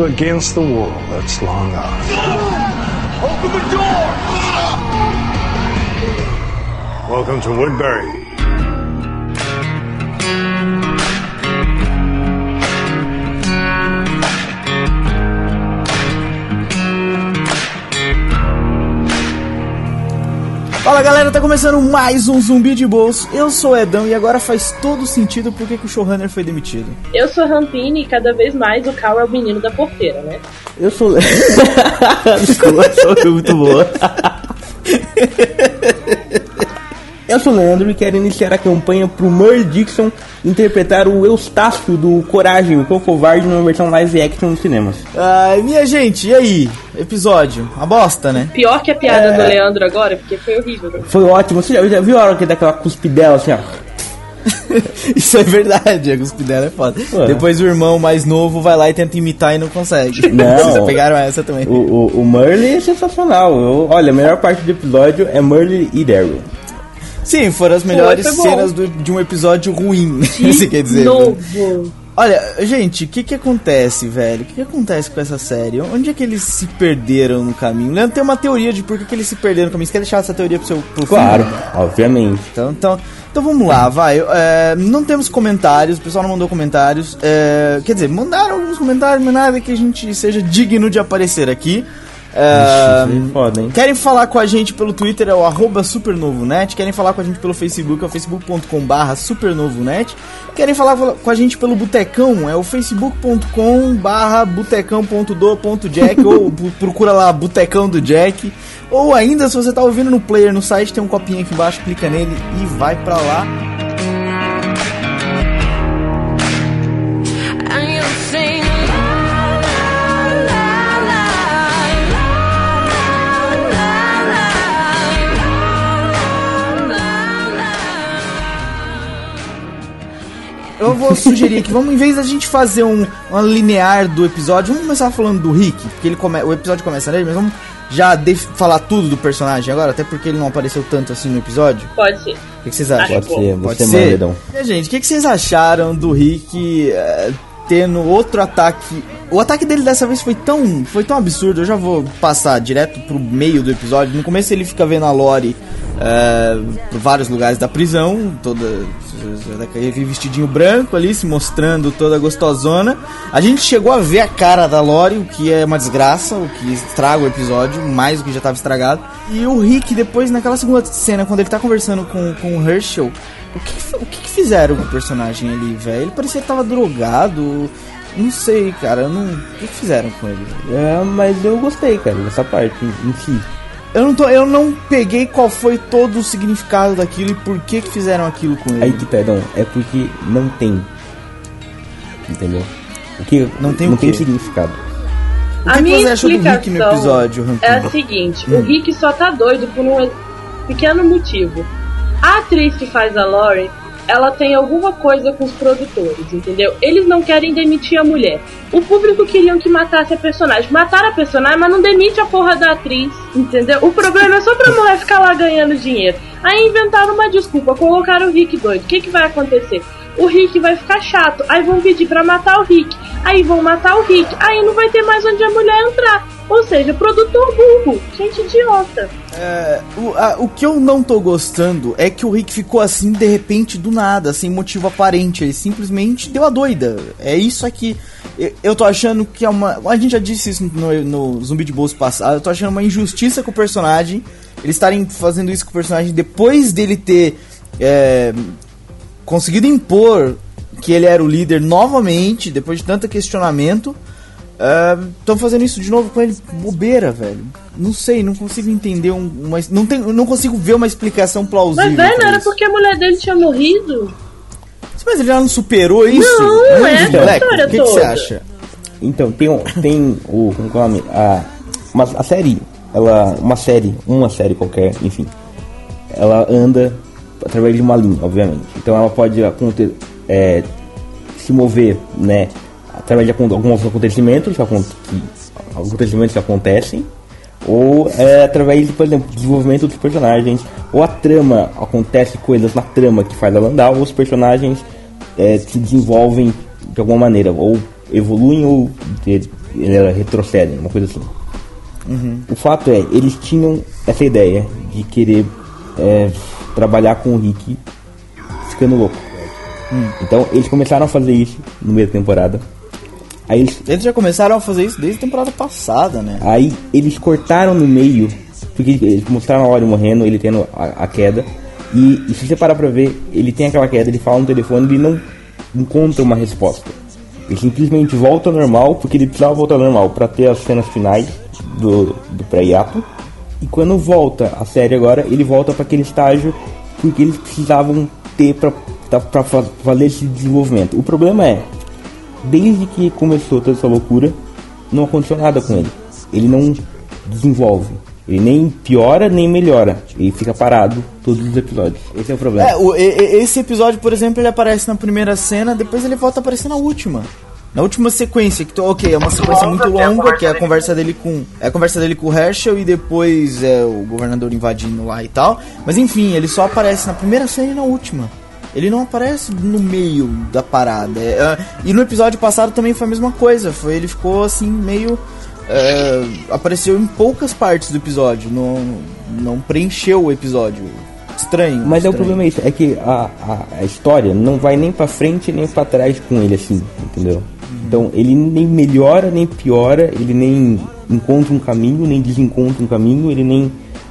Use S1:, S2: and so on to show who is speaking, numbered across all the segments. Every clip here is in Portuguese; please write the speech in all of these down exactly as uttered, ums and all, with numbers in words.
S1: against the world that's long gone.
S2: Open the door!
S1: Welcome to Woodbury.
S3: Fala galera, tá começando mais um Zumbi de Bolso. Eu sou o Edão e agora faz todo sentido porque que o showrunner foi demitido.
S4: Eu sou Rampini e cada vez mais o Cal é o menino da porteira, né?
S5: Eu sou... Desculpa, foi muito boa. Eu sou o Leandro e quero iniciar a campanha pro Merle Dixon interpretar o Eustácio do Coragem, o Cão Covarde, numa versão live action nos cinemas.
S3: Ai, minha gente, e aí? Episódio, uma bosta, né?
S4: Pior que a piada
S5: É.
S4: do Leandro agora, porque foi horrível. Né?
S5: Foi ótimo. Você já, já viu a hora que dá aquela cuspidela assim, ó?
S3: Isso é verdade, a cuspidela é foda.
S5: Ué.
S3: Depois o irmão mais novo vai lá e tenta imitar e não consegue.
S5: Não.
S3: Vocês pegaram essa também.
S5: O, o, o Merle é sensacional. Eu, olha, a melhor parte do episódio é Merle e Daryl.
S3: Sim, foram as melhores
S4: foi bom.
S3: cenas do- de um episódio ruim,
S4: De
S3: você quer dizer?
S4: novo.
S3: Olha, gente, o que que acontece, velho? O que que acontece com essa série? Onde é que eles se perderam no caminho? O Leandro tem uma teoria de por que que eles se perderam no caminho. Você quer deixar essa teoria pro seu pro
S5: Claro,
S3: fim?
S5: obviamente.
S3: Então, então, então vamos lá, vai. É, não temos comentários, o pessoal não mandou comentários. É, quer dizer, mandaram alguns comentários, mas nada que a gente seja digno de aparecer aqui. É,
S5: Ixi, isso é foda, hein?
S3: querem falar com a gente pelo Twitter, é o arroba supernovonet. Querem falar com a gente pelo Facebook, é o facebook ponto com barra supernovonet. Querem falar com a gente pelo Botecão, é o facebook ponto com barra botecão ponto do ponto jack ou pu- procura lá Botecão do Jack. Ou ainda, se você tá ouvindo no player no site, tem um copinho aqui embaixo, clica nele e vai pra lá.
S6: And you sing la la la la la la la la.
S3: Eu vou sugerir que vamos, em vez da gente fazer um uma linear do episódio, vamos começar falando do Rick, porque ele come, o episódio começa nele, mas vamos já def- falar tudo do personagem agora, até porque ele não apareceu tanto assim no episódio.
S4: Pode ser.
S3: O que, que vocês acham?
S5: Pode ser,
S3: Pode
S5: você
S3: ser?
S5: manda, Edão.
S3: E, gente, o que, que vocês acharam do Rick eh, tendo outro ataque? O ataque dele dessa vez foi tão, foi tão absurdo. Eu já vou passar direto pro meio do episódio. No começo ele fica vendo a Lori eh, por vários lugares da prisão, toda aquele vestidinho branco ali, se mostrando toda gostosona. A gente chegou a ver a cara da Lori, o que é uma desgraça, o que estraga o episódio, mais do que já estava estragado. E o Rick, depois, naquela segunda cena, quando ele tá conversando com, com o Herschel, o que, o que que fizeram com o personagem ali, velho? Ele parecia que tava drogado. Não sei, cara. eu Não... O que, que fizeram com ele? Velho?
S5: É, mas eu gostei, cara, dessa parte em, em si.
S3: Eu não, tô, eu não peguei qual foi todo o significado daquilo e por que que fizeram aquilo com ele.
S5: Aí que perdão, é porque não tem. Entendeu? O que
S3: Não tem
S5: não
S3: o quê?
S5: tem significado.
S3: O
S4: A
S3: que, que
S4: minha
S3: você achou do Rick no
S4: explicação
S3: episódio, Rampini?
S4: é a seguinte,
S3: Hum.
S4: o Rick só tá doido por um pequeno motivo. A atriz que faz a Lori, ela tem alguma coisa com os produtores, entendeu? Eles não querem demitir a mulher. O público queriam que matasse a personagem. Mataram a personagem, mas não demite a porra da atriz, entendeu? O problema é só pra mulher ficar lá ganhando dinheiro. Aí inventaram uma desculpa, colocaram o Rick doido. O que que vai acontecer? O Rick vai ficar chato, aí vão pedir pra matar o Rick, aí vão matar o Rick, aí não vai ter mais onde a mulher entrar. Ou seja, produtor burro, gente idiota.
S3: É, o, a- o que eu não tô gostando é que o Rick ficou assim de repente do nada, sem motivo aparente. Ele simplesmente deu a doida. É isso aqui. Eu, eu tô achando que é uma. A gente já disse isso no, no Zumbi de Bolso passado. Eu tô achando uma injustiça com o personagem. Eles estarem fazendo isso com o personagem depois dele ter é, conseguido impor que ele era o líder novamente, depois de tanto questionamento. Estão uh, fazendo isso de novo com ele. Bobeira, velho. Não sei, não consigo entender um, uma, não, tem, não consigo ver uma explicação plausível.
S4: Mas, velho,
S3: pra
S4: não era
S3: isso.
S4: porque a mulher dele tinha morrido?
S3: Mas ele já não superou isso?
S4: Não, é
S3: Anjo
S4: essa
S3: de Black?
S4: história
S3: O que que você
S4: toda.
S3: acha?
S5: Então, tem, um- tem o. Como que é o nome? A, uma, a série, ela. Uma série, uma série qualquer, enfim. Ela anda através de uma linha, obviamente. Então ela pode aconte, é, se mover, né? Através de acon- alguns acontecimentos que, acon- que, acontecimentos que acontecem. Ou é, através, por exemplo, do desenvolvimento dos personagens. Ou a trama, acontece coisas na trama que faz ela andar. Ou os personagens é, se desenvolvem de alguma maneira. Ou evoluem ou de, ela retrocede, uma coisa assim.
S3: Uhum.
S5: O fato é, eles tinham essa ideia de querer é, trabalhar com o Rick ficando louco. Hum. Então eles começaram a fazer isso no meio da temporada. Aí eles...
S3: eles já começaram a fazer isso desde a temporada passada, né?
S5: Aí eles cortaram no meio, porque eles mostraram a Lori morrendo, ele tendo a, a queda. E, e se você parar pra ver, ele tem aquela queda, ele fala no telefone, ele não encontra uma resposta. Ele simplesmente volta ao normal, porque ele precisava voltar ao normal pra ter as cenas finais do, do pré-hiato. E quando volta a série agora, ele volta para aquele estágio porque eles precisavam ter pra, pra fazer esse desenvolvimento. O problema é, desde que começou toda essa loucura, não aconteceu nada com ele. Ele não desenvolve. Ele nem piora, nem melhora. Ele fica parado todos os episódios. Esse é o problema.
S3: É, o, e, esse episódio, por exemplo, ele aparece na primeira cena, depois ele volta a aparecer na última. Na última sequência, que ok, é uma sequência muito longa, que é a conversa dele com é a conversa dele com o Herschel e depois é o governador invadindo lá e tal. Mas enfim, ele só aparece na primeira cena e na última. Ele não aparece no meio da parada. É, e no episódio passado também foi a mesma coisa. Foi, ele ficou assim meio é, apareceu em poucas partes do episódio. Não, não preencheu o episódio. Estranho.
S5: Mas
S3: estranho.
S5: é o problema é isso, é que a, a, a história não vai nem pra frente nem pra trás com ele assim, entendeu? Então ele nem melhora, nem piora, ele nem encontra um caminho, nem desencontra um caminho, ele nem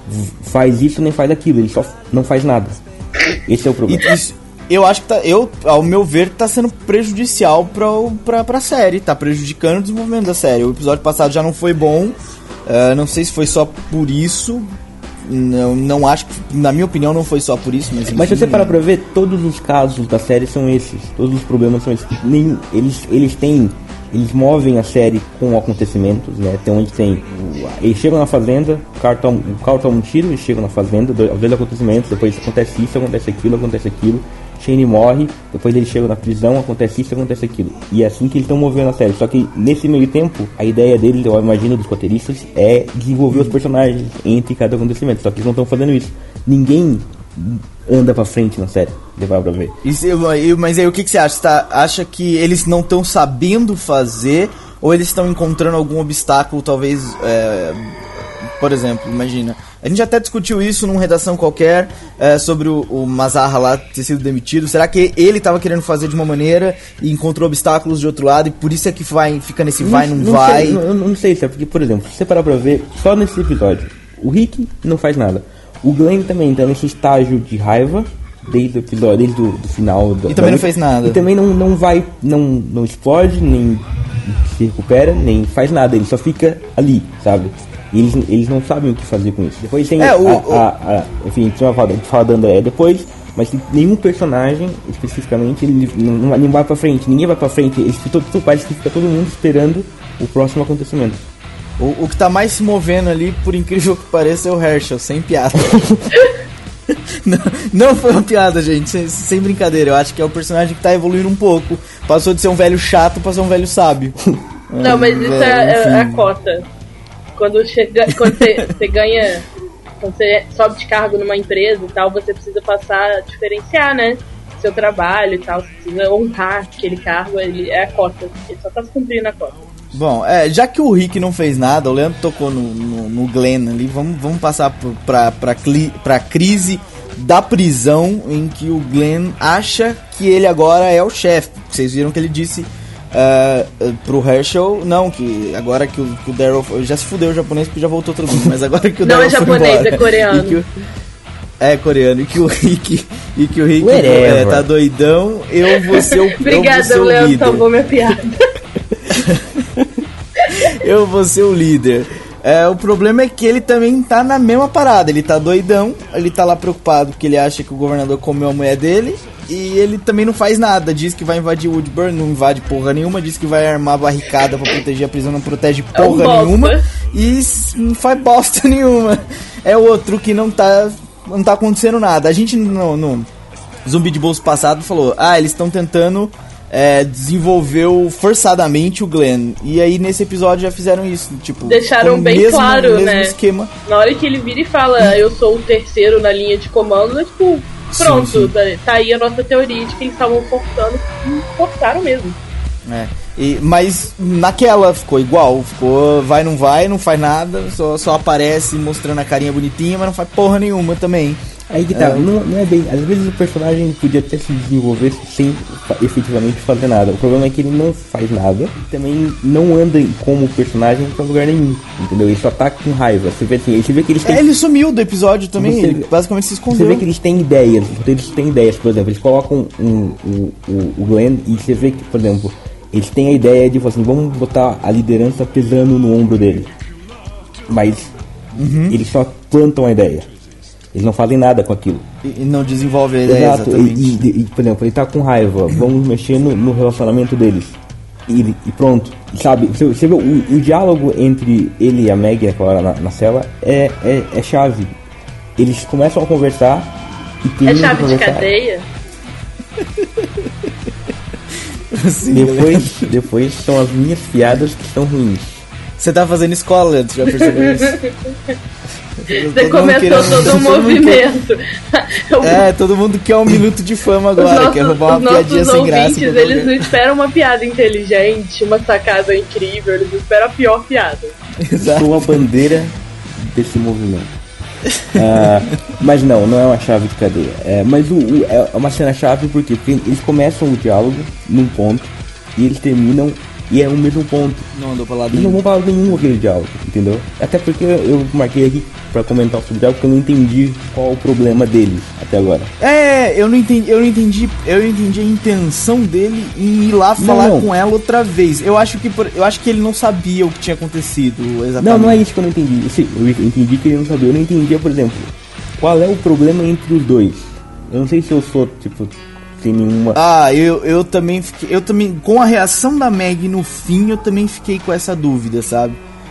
S5: faz isso, nem faz aquilo, ele só não faz nada. Esse é o problema.
S3: E isso, eu acho que tá, eu, ao meu ver, tá sendo prejudicial pra, pra, pra série, tá prejudicando o desenvolvimento da série. O episódio passado já não foi bom, uh, não sei se foi só por isso, não, não acho que, na minha opinião, não foi só por isso, mas...
S5: Mas
S3: enfim,
S5: se você parar pra ver, todos os casos da série são esses, todos os problemas são esses. Nem, eles, eles têm, eles movem a série com acontecimentos, né? Tem onde tem, eles chegam na fazenda, o carro toma, o carro toma um tiro, eles chegam na fazenda, às vezes acontecimentos, depois acontece isso, acontece aquilo, acontece aquilo. Shane morre, depois eles chegam na prisão, acontece isso, acontece aquilo. E é assim que eles estão movendo a série. Só que nesse meio tempo, a ideia deles, eu imagino, dos roteiristas, é desenvolver os personagens entre cada acontecimento. Só que eles não estão fazendo isso. Ninguém anda pra frente na série, levar pra ver.
S3: Isso, eu, eu, mas aí o que, que você acha? Você tá, acha que eles não estão sabendo fazer ou eles estão encontrando algum obstáculo, talvez... É, por exemplo, imagina... A gente até discutiu isso numa redação qualquer, é, sobre o, o Mazarra lá ter sido demitido. Será que ele estava querendo fazer de uma maneira e encontrou obstáculos de outro lado e por isso é que vai, fica nesse vai, não, não, não vai?
S5: Sei, não, não sei, sabe? Porque, por exemplo, se você parar pra ver, só nesse episódio, o Rick não faz nada. O Glenn também tá nesse estágio de raiva, desde o episódio, desde o do final. Do,
S3: e também não fez nada.
S5: E também não, não vai, não, não explode, nem se recupera, nem faz nada. Ele só fica ali, sabe? E eles, eles não sabem o que fazer com isso. Depois tem
S3: é,
S5: a,
S3: o,
S5: a, a, a, enfim, a gente fala, a gente fala da Andrea depois, mas nenhum personagem, especificamente, ele não, não vai pra frente. Ninguém vai pra frente. Eles, todo, parece que fica todo mundo esperando o próximo acontecimento.
S3: O, o que tá mais se movendo ali, por incrível que pareça, é o Herschel, sem piada. não, não foi uma piada, gente, sem, sem brincadeira. Eu acho que é o personagem que tá evoluindo um pouco. Passou de ser um velho chato pra ser um velho sábio.
S4: Não, mas isso é, é a cota. Quando, chega, quando você, você ganha, quando você sobe de cargo numa empresa e tal, você precisa passar a diferenciar, né? Seu trabalho e tal, você precisa honrar aquele cargo, ele é a cota, ele só tá se cumprindo a cota.
S3: Bom, é, já que o Rick não fez nada, o Leandro tocou no, no, no Glenn ali, vamos, vamos passar pro, pra, pra, cli, pra crise da prisão, em que o Glenn acha que ele agora é o chefe. Vocês viram que ele disse... Uh, pro Herschel, não, que agora que o, que o Daryl já se fudeu o japonês porque já voltou todo mundo, mas agora que o Daryl foi embora,
S4: não é japonês, é coreano.
S3: O, é coreano, e que o Rick e que o Rick é, tá doidão, eu vou ser o
S4: Obrigada,
S3: o
S4: Leandro, salvou minha piada.
S3: Eu vou ser o líder. É, o problema é que ele também tá na mesma parada, ele tá doidão, ele tá lá preocupado porque ele acha que o governador comeu a mulher dele. E ele também não faz nada, diz que vai invadir Woodburn, não invade porra nenhuma, diz que vai armar barricada pra proteger a prisão, não protege porra
S4: é um
S3: nenhuma, e não faz bosta nenhuma. É outro que não tá, não tá acontecendo nada. A gente no, no Zumbi de Bolso passado falou, ah, eles estão tentando é, desenvolver forçadamente o Glenn, e aí nesse episódio já fizeram isso, tipo...
S4: Deixaram bem mesmo, claro, mesmo né?
S3: Esquema.
S4: Na hora que ele vira e fala, eu sou o terceiro na linha de comando, é tipo... Pronto, sim, sim. Tá aí a nossa teoria de que eles estavam forçando e forçaram mesmo.
S3: É. E, mas naquela ficou igual, ficou vai, não vai, não faz nada, só, só aparece mostrando a carinha bonitinha, mas não faz porra nenhuma também.
S5: Aí que tá,
S3: É.
S5: não, não é bem. Às vezes o personagem podia até se desenvolver sem fa- efetivamente fazer nada. O problema é que ele não faz nada e também não anda como personagem pra lugar nenhum, entendeu? Ele só tá com raiva. Você vê assim, você vê que eles têm.
S3: É, ele sumiu do episódio também,
S5: Você-
S3: ele basicamente se
S5: Você
S3: escondeu.
S5: vê que eles têm ideias, eles têm ideias, por exemplo, eles colocam um, um, o, o Glenn e você vê que, por exemplo, eles têm a ideia de, assim, vamos botar a liderança pesando no ombro dele. Mas eles só plantam a ideia. Eles não fazem nada com aquilo.
S3: E e não desenvolve a ideia,
S5: Exato,
S3: exatamente.
S5: e, e- e, por exemplo, ele tá com raiva, vamos mexer no, no relacionamento deles. E, e pronto, sabe? Você, você vê o, o diálogo entre ele e a Maggie agora na, na cela é, é, é chave. Eles começam a conversar e
S4: É
S5: terminam
S4: chave de
S5: conversar.
S4: cadeia?
S3: Assim,
S5: Depois, depois são as minhas piadas que são ruins.
S3: Você tá fazendo escola, você já percebeu isso?
S4: Você começou todo um movimento.
S3: É, todo mundo quer um minuto de fama
S4: Os
S3: agora,
S4: nossos,
S3: quer roubar
S4: os
S3: uma piadinha
S4: nossos
S3: sem graça.
S4: ouvintes,
S3: em qualquer
S4: eles não
S3: lugar.
S4: esperam uma piada inteligente, uma sacada incrível, eles esperam a pior piada.
S3: Exato.
S5: Sou a bandeira desse movimento. Ah, mas não, não é uma chave de cadeia. É, mas o, o- é uma cena chave por quê? Porque eles começam o diálogo num ponto e eles terminam e é o mesmo ponto.
S3: Não andou pra lá
S5: Eles não vão falar nenhum aquele diálogo, entendeu? Até porque eu marquei aqui pra comentar sobre o diálogo porque eu não entendi qual o problema deles até agora.
S3: É, eu não entendi, eu não entendi, eu não entendi a intenção dele em ir lá
S5: Não,
S3: falar
S5: não.
S3: com ela outra vez. Eu acho que por- eu acho que ele não sabia o que tinha acontecido exatamente.
S5: Não, não é isso que eu não entendi. Sim, eu entendi que ele não sabia. Eu não entendia, por exemplo, qual é o problema entre os dois. Eu não sei se eu sou, tipo, sem nenhuma...
S3: Ah, eu, eu também fiquei, eu também com a reação da Maggie no fim, eu também fiquei com essa dúvida, sabe?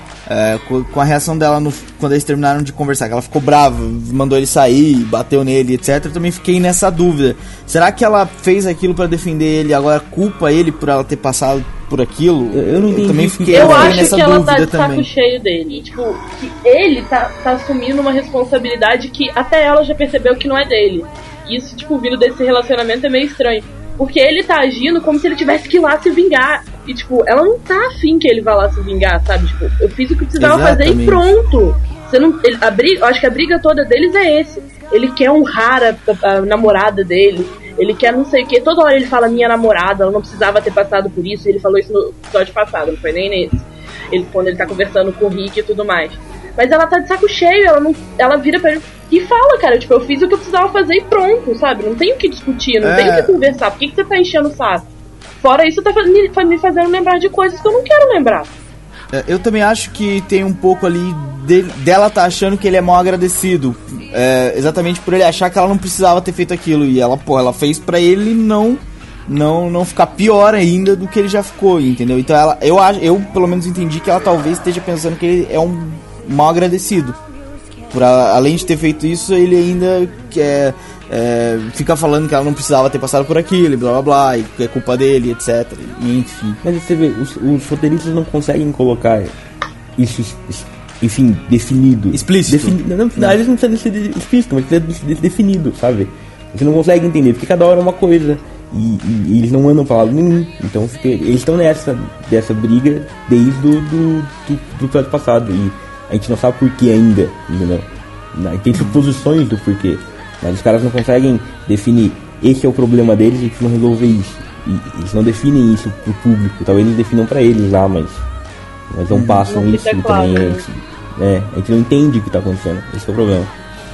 S3: É, com, com a reação dela no, quando eles terminaram de conversar, que ela ficou brava, mandou ele sair, bateu nele, etcétera. Eu também fiquei nessa dúvida. Será que ela fez aquilo pra defender ele, agora culpa ele por ela ter passado por aquilo?
S5: Eu- eu não entendi
S3: também
S5: que-
S3: fiquei,
S4: Eu
S3: fiquei
S4: acho
S3: nessa
S4: que ela
S3: dúvida
S4: tá de saco
S3: também.
S4: cheio dele. Tipo, que ele tá, tá assumindo uma responsabilidade que até ela já percebeu que não é dele. Isso, tipo, vindo desse relacionamento é meio estranho. Porque ele tá agindo como se ele tivesse que ir lá se vingar. E, tipo, ela não tá afim que ele vá lá se vingar, sabe? Tipo, eu fiz o que eu precisava fazer e
S3: Exatamente.
S4: pronto. Você não, ele, a briga, eu acho que a briga toda deles é esse. Ele quer honrar a, a, a namorada dele. Ele quer não sei o que. Toda hora ele fala minha namorada, ela não precisava ter passado por isso. Ele falou isso no episódio passado, não foi nem nesse. Ele, quando ele tá conversando com o Rick e tudo mais. Mas ela tá de saco cheio, ela, não, ela vira pra ele e fala, cara, tipo, eu fiz o que eu precisava fazer e pronto, sabe? Não tem o que discutir, não
S3: É.
S4: tem o que conversar. Por que, que você tá enchendo o saco? Fora isso, tá fa- me, fa- me fazendo lembrar de coisas que eu não quero lembrar.
S3: É, eu também acho que tem um pouco ali dele- dela tá achando que ele é mal agradecido. É, exatamente por ele achar que ela não precisava ter feito aquilo. E ela, pô, ela fez pra ele não não não ficar pior ainda do que ele já ficou, entendeu? Então ela, eu acho, eu pelo menos entendi que ela talvez esteja pensando que ele é um mal agradecido. Por a- além de ter feito isso, ele ainda quer, é, fica falando que ela não precisava ter passado por aquilo, e blá blá blá, e que é culpa dele, etcétera. E, enfim.
S5: Mas você vê, os, os roteiristas não conseguem colocar isso, es- enfim, definido.
S3: Explícito.
S5: Defini- não, não, às vezes não precisa ser explícito, mas precisa ser definido, sabe? Você não consegue entender, porque cada hora é uma coisa. E, e- e eles não andam pra lado nenhum. Então fica- eles estão nessa dessa briga desde do, do, do, do episódio passado. E a gente não sabe por que ainda, entendeu? Não, tem suposições do porquê. Mas os caras não conseguem definir. Esse é o problema deles e precisam resolver isso. E eles não definem isso pro público. Talvez eles definam pra eles lá, mas, mas não passam
S4: não
S5: isso
S4: fica
S5: e
S4: claro,
S5: também.
S4: né?
S5: É, a gente não entende o que tá acontecendo. Esse é o problema.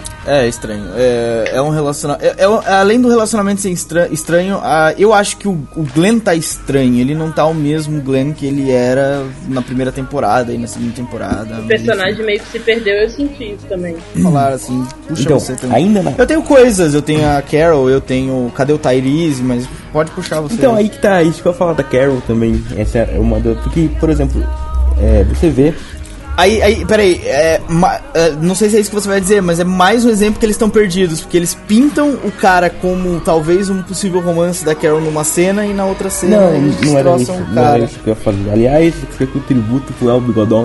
S3: É estranho. É, é um relacionamento. É, é- além do relacionamento ser estra- estranho, ah, eu acho que o, o Glenn tá estranho. Ele não tá o mesmo Glenn que ele era na primeira temporada e na segunda temporada.
S4: O personagem meio que se perdeu, eu senti isso também.
S3: Falar assim, puxa
S5: Então,
S3: você também.
S5: ainda na...
S3: Eu tenho coisas, eu tenho a Carol, eu tenho. Cadê o Tyrese? Mas pode puxar você.
S5: Então, aí que tá, isso que eu ia falar da Carol também. Essa é uma das. Porque, por exemplo, é, você vê.
S3: Aí, aí, peraí, é, ma- é, não sei se é isso que você vai dizer, mas é mais um exemplo que eles estão perdidos, porque eles pintam o cara como talvez um possível romance da Carol numa cena e na outra cena
S5: Não,
S3: eles
S5: não era isso,
S3: destroçam o
S5: não era
S3: cara.
S5: isso que eu ia fazer. Aliás, fica aqui o tributo pro El Bigodon.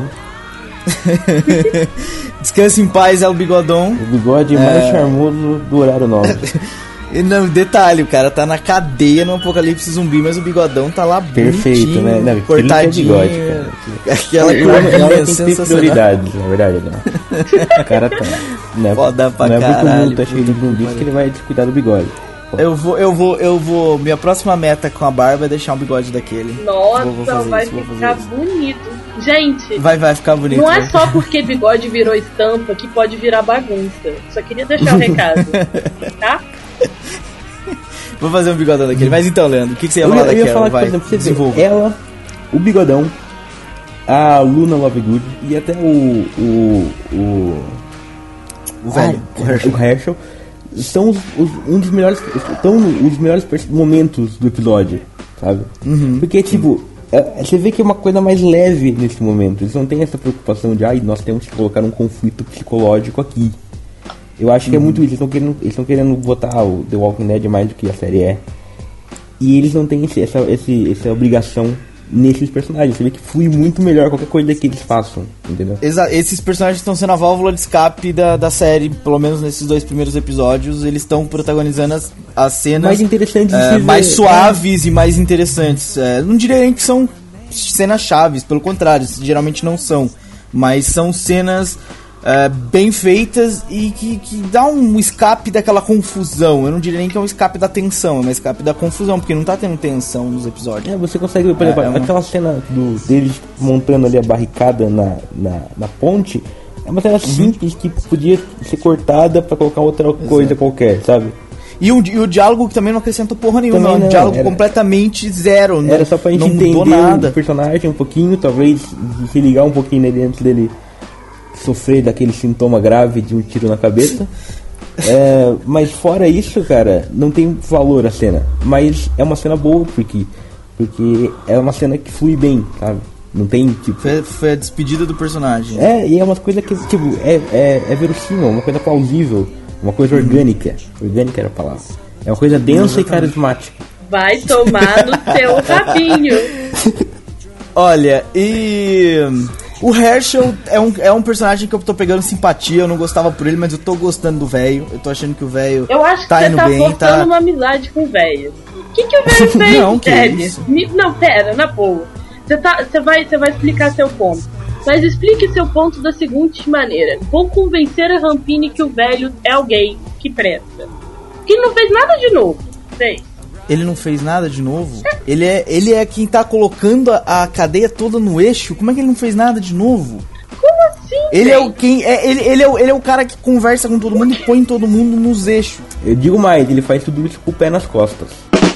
S3: Descanse em paz, El Bigodon.
S5: O bigode
S3: É.
S5: mais charmoso do horário nobre.
S3: E não, detalhe, o cara tá na cadeia no apocalipse zumbi, mas o bigodão tá lá
S5: Perfeito,
S3: bonitinho,
S5: né? Não,
S3: cortadinho.
S5: bigode, cara.
S3: Aquela
S5: Eu- eu- ela
S3: curvinha
S5: tem que ter
S3: sensacional.
S5: prioridades, na verdade, né? O cara tá. Não é,
S3: Foda pra
S5: não é porque o
S3: caralho,
S5: mundo tá cheio de
S3: puta que
S5: zumbis que ele vai descuidar do bigode.
S3: Eu vou, eu vou, eu vou. Minha próxima meta com a barba é deixar um bigode daquele.
S4: Nossa,
S3: Vou- vou fazer
S4: vai
S3: isso, vou fazer
S4: ficar
S3: isso.
S4: bonito. Gente,
S3: Vai, vai ficar bonito.
S4: não é
S3: vai.
S4: só porque bigode virou estampa que pode virar bagunça. Só queria deixar o recado, tá?
S3: Vou fazer um bigodão daquele. Mas então, Leandro, o que, que você ia
S5: Eu
S3: falar
S5: ia, eu ia
S3: daquela?
S5: falar que,
S3: Vai,
S5: por exemplo, você
S3: desenvolva.
S5: vê, ela, o bigodão, a Luna Lovegood e até o. o. o.
S3: O velho,
S5: Ai,
S3: o Herschel.
S5: o Herschel são os, os- um dos melhores. Estão os melhores pers- momentos do episódio, sabe?
S3: Uhum.
S5: Porque, tipo, é, você vê que é uma coisa mais leve nesse momento. Eles não têm essa preocupação de, ai, nós temos que colocar um conflito psicológico aqui. Eu acho que é muito isso. Eles estão querendo, eles estão querendo botar o The Walking Dead mais do que a série é. E eles não têm esse, essa, esse, essa obrigação nesses personagens. Você vê que flui muito melhor qualquer coisa que eles façam, entendeu?
S3: Exa- esses personagens estão sendo a válvula de escape da, da série, pelo menos nesses dois primeiros episódios. Eles estão protagonizando as, as cenas
S5: Mais interessantes de
S3: é,
S5: se ver.
S3: mais suaves e mais interessantes. É, não diria nem que são cenas chaves, pelo contrário, geralmente não são. Mas são cenas é, bem feitas e que, que dá um escape daquela confusão. Eu não diria nem que é um escape da tensão, é um escape da confusão, porque não tá tendo tensão nos episódios.
S5: É, você consegue ver, por exemplo,
S3: É, é uma-
S5: aquela cena do, deles montando ali a barricada na, na, na ponte. É uma cena simples que podia ser cortada pra colocar outra coisa qualquer, sabe?
S3: E o, e o diálogo que também não acrescentou porra nenhuma,
S5: Também
S3: é um
S5: não,
S3: diálogo
S5: era-
S3: completamente zero.
S5: Era
S3: não,
S5: só pra gente
S3: não
S5: entender
S3: mudou nada.
S5: o personagem um pouquinho, talvez se ligar um pouquinho nele antes dele sofrer daquele sintoma grave de um tiro na cabeça. É, mas fora isso, cara, não tem valor a cena. Mas é uma cena boa porque, porque é uma cena que flui bem, sabe? Não tem tipo.
S3: Foi, foi a despedida do personagem.
S5: É, e é uma coisa que, tipo, é, é, é verossímil, uma coisa plausível, uma coisa orgânica. Orgânica era a palavra. É uma coisa densa e carismática.
S4: Vai tomar no teu rabinho.
S3: Olha, e o Herschel é um, é um personagem que eu tô pegando simpatia, eu não gostava por ele, mas eu tô gostando do velho. Eu tô achando que o velho
S4: Eu acho que
S3: tá
S4: você
S3: indo
S4: tá
S3: bem,
S4: forçando
S3: tá.
S4: uma amizade com o velho. O que, que o velho fez,
S3: Não, que
S4: Ted?
S3: isso.
S4: Me- Não, pera, na boa. Você tá, você vai, você vai explicar seu ponto. Mas explique seu ponto da seguinte maneira. Vou convencer a Rampini que o velho é alguém que presta. Que não fez nada de novo. Sei.
S3: Ele não fez nada de novo? Ele é, ele é quem tá colocando a, a cadeia toda no eixo? Como é que ele não fez nada de novo?
S4: Como assim?
S3: Ele é,
S4: véi?
S3: o quem, é, ele, ele, é o, ele é o cara que conversa com todo mundo e põe todo mundo nos eixos.
S5: Eu digo mais, ele faz tudo isso com o pé nas costas.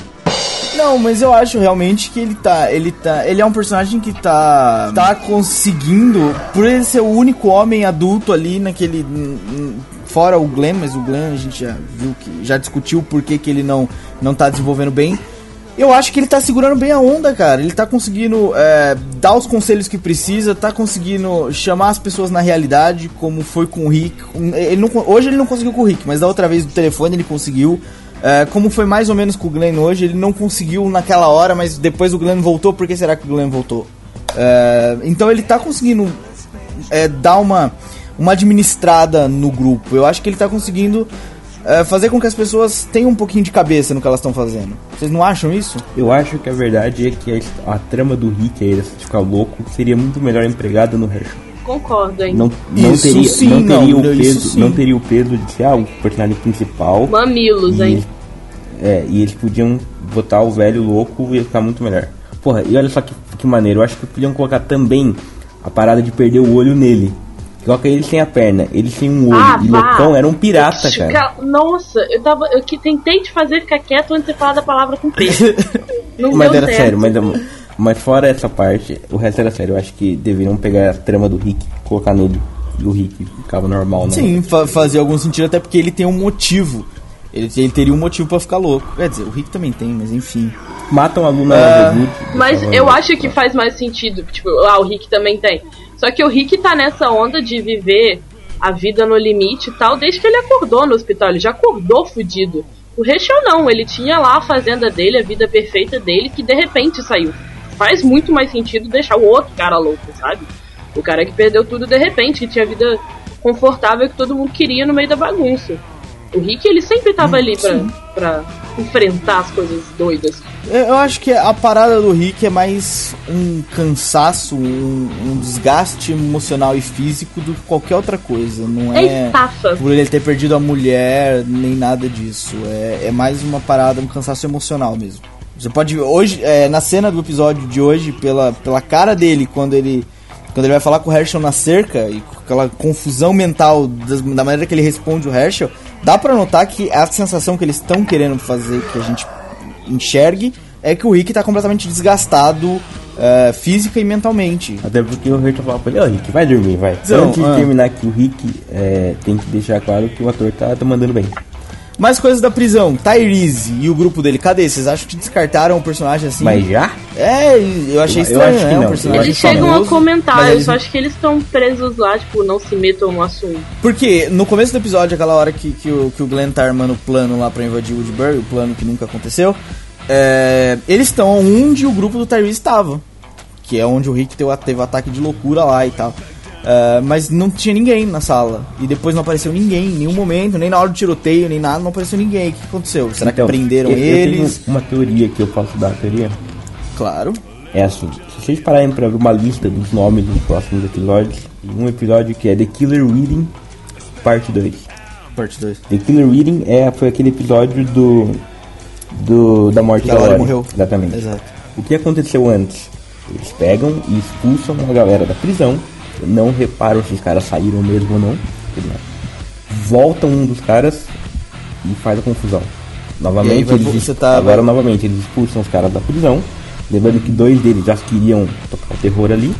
S3: Não, mas eu acho realmente que ele tá, ele tá, ele é um personagem que tá, tá conseguindo, por ele ser o único homem adulto ali naquele, n- n- fora o Glenn, mas o Glenn a gente já viu que, já discutiu por que que ele não, não tá desenvolvendo bem. Eu acho que ele tá segurando bem a onda, cara. Ele tá conseguindo é, dar os conselhos que precisa, tá conseguindo chamar as pessoas na realidade, como foi com o Rick. Ele não, hoje ele não conseguiu com o Rick, mas da outra vez do telefone ele conseguiu. É, como foi mais ou menos com o Glenn hoje, ele não conseguiu naquela hora, mas depois o Glenn voltou. Por que será que o Glenn voltou? É, então ele tá conseguindo é, dar uma, uma administrada no grupo. Eu acho que ele tá conseguindo é, fazer com que as pessoas tenham um pouquinho de cabeça no que elas estão fazendo. Vocês não acham isso?
S5: Eu acho que a verdade é que a, a trama do Rick, aí, dessa de ficar louco, seria muito melhor empregada no Herschel.
S4: Concordo, hein?
S5: Não, não
S3: Isso
S5: teria,
S3: sim,
S5: não teria
S3: não,
S5: o
S3: isso
S5: peso,
S3: sim.
S5: não teria o peso de ser ah, o personagem principal.
S4: Mamilos,
S5: E,
S4: hein?
S5: é, e eles podiam botar o velho louco e ia ficar muito melhor. Porra, e olha só que, que maneiro. Eu acho que podiam colocar também a parada de perder o olho nele. Coloca ele sem a perna, ele sem um olho.
S4: Ah,
S5: e
S4: vá.
S5: loucão era um pirata, cara.
S4: Ca- Nossa, eu tava. Eu que tentei te fazer ficar quieto antes de você falar da palavra com P. Não
S5: Mas
S4: deu
S5: era
S4: certo.
S5: sério, mas, mas fora essa parte, o resto era sério. Eu acho que deveriam pegar a trama do Rick, colocar nele. E o Rick ficava normal, né?
S3: Sim, fa- fazia algum sentido, até porque ele tem um motivo. Ele, ele teria um motivo pra ficar louco. Quer dizer, o Rick também tem, mas enfim.
S5: Matam a Luna
S3: Ah,
S5: Lovegood.
S4: Mas
S5: Por
S4: eu
S5: favor.
S4: acho que faz mais sentido. Tipo, ah, o Rick também tem. Só que o Rick tá nessa onda de viver a vida no limite e tal, desde que ele acordou no hospital. Ele já acordou fudido. O Herschel não, ele tinha lá a fazenda dele, a vida perfeita dele, que de repente saiu. Faz muito mais sentido deixar o outro cara louco, sabe? O cara que perdeu tudo de repente, que tinha a vida confortável que todo mundo queria no meio da bagunça. O Rick, ele sempre tava ali pra, pra enfrentar as coisas doidas.
S3: Eu acho que a parada do Rick é mais um cansaço, um, um desgaste emocional e físico do que qualquer outra coisa. Não
S4: É
S3: é
S4: estafa.
S3: por ele ter perdido a mulher, nem nada disso. É, é mais uma parada, um cansaço emocional mesmo. Você pode ver, hoje, é, na cena do episódio de hoje, pela, pela cara dele, quando ele, quando ele vai falar com o Herschel na cerca, e com aquela confusão mental das, da maneira que ele responde o Herschel, dá pra notar que a sensação que eles estão querendo fazer que a gente enxergue é que o Rick tá completamente desgastado uh, física e mentalmente.
S5: Até porque o Herschel fala pra ele, ó, Rick, vai dormir, vai.
S3: Então,
S5: Antes
S3: ah.
S5: de terminar aqui, o Rick é, tem que deixar claro que o ator tá, tá mandando bem.
S3: Mais coisas da prisão, Tyrese e o grupo dele, cadê? Vocês acham que descartaram o personagem assim?
S5: Mas já?
S3: É, eu achei
S5: Eu
S3: estranho,
S5: acho que
S3: né?
S5: não.
S3: Um personagem
S4: Eles chegam
S3: famoso,
S4: a comentar,
S3: mas
S4: eu
S3: eles-
S4: só acho que eles estão presos lá, tipo, não se metam no assunto.
S3: Porque no começo do episódio, aquela hora que, que, o, que o Glenn tá armando o plano lá pra invadir Woodbury, o plano que nunca aconteceu, é, eles estão onde o grupo do Tyrese estava, que é onde o Rick teve, teve o ataque de loucura lá e tal. É, mas não tinha ninguém na sala. E depois não apareceu ninguém em nenhum momento, nem na hora do tiroteio, nem nada, não apareceu ninguém. O que aconteceu? Será
S5: Então,
S3: que prenderam
S5: eu, eu
S3: eles?
S5: tenho uma teoria que eu posso dar, a teoria
S3: Claro.
S5: é assim, se vocês pararem pra ver uma lista dos nomes dos próximos episódios, tem um episódio que é The Killer Reading, parte dois.
S3: Parte dois.
S5: The Killer Reading é, foi aquele episódio do, do da morte
S3: Que
S5: da
S3: a Lori
S5: Lori.
S3: morreu.
S5: Exatamente.
S3: Exato.
S5: O que aconteceu antes? Eles pegam e expulsam a galera da prisão, não reparam se os caras saíram mesmo ou não, voltam um dos caras e faz a confusão.
S3: E
S5: Novamente,
S3: aí vai-
S5: eles,
S3: você tá-
S5: agora novamente eles expulsam os caras da prisão, lembrando que dois deles já queriam tocar o terror ali.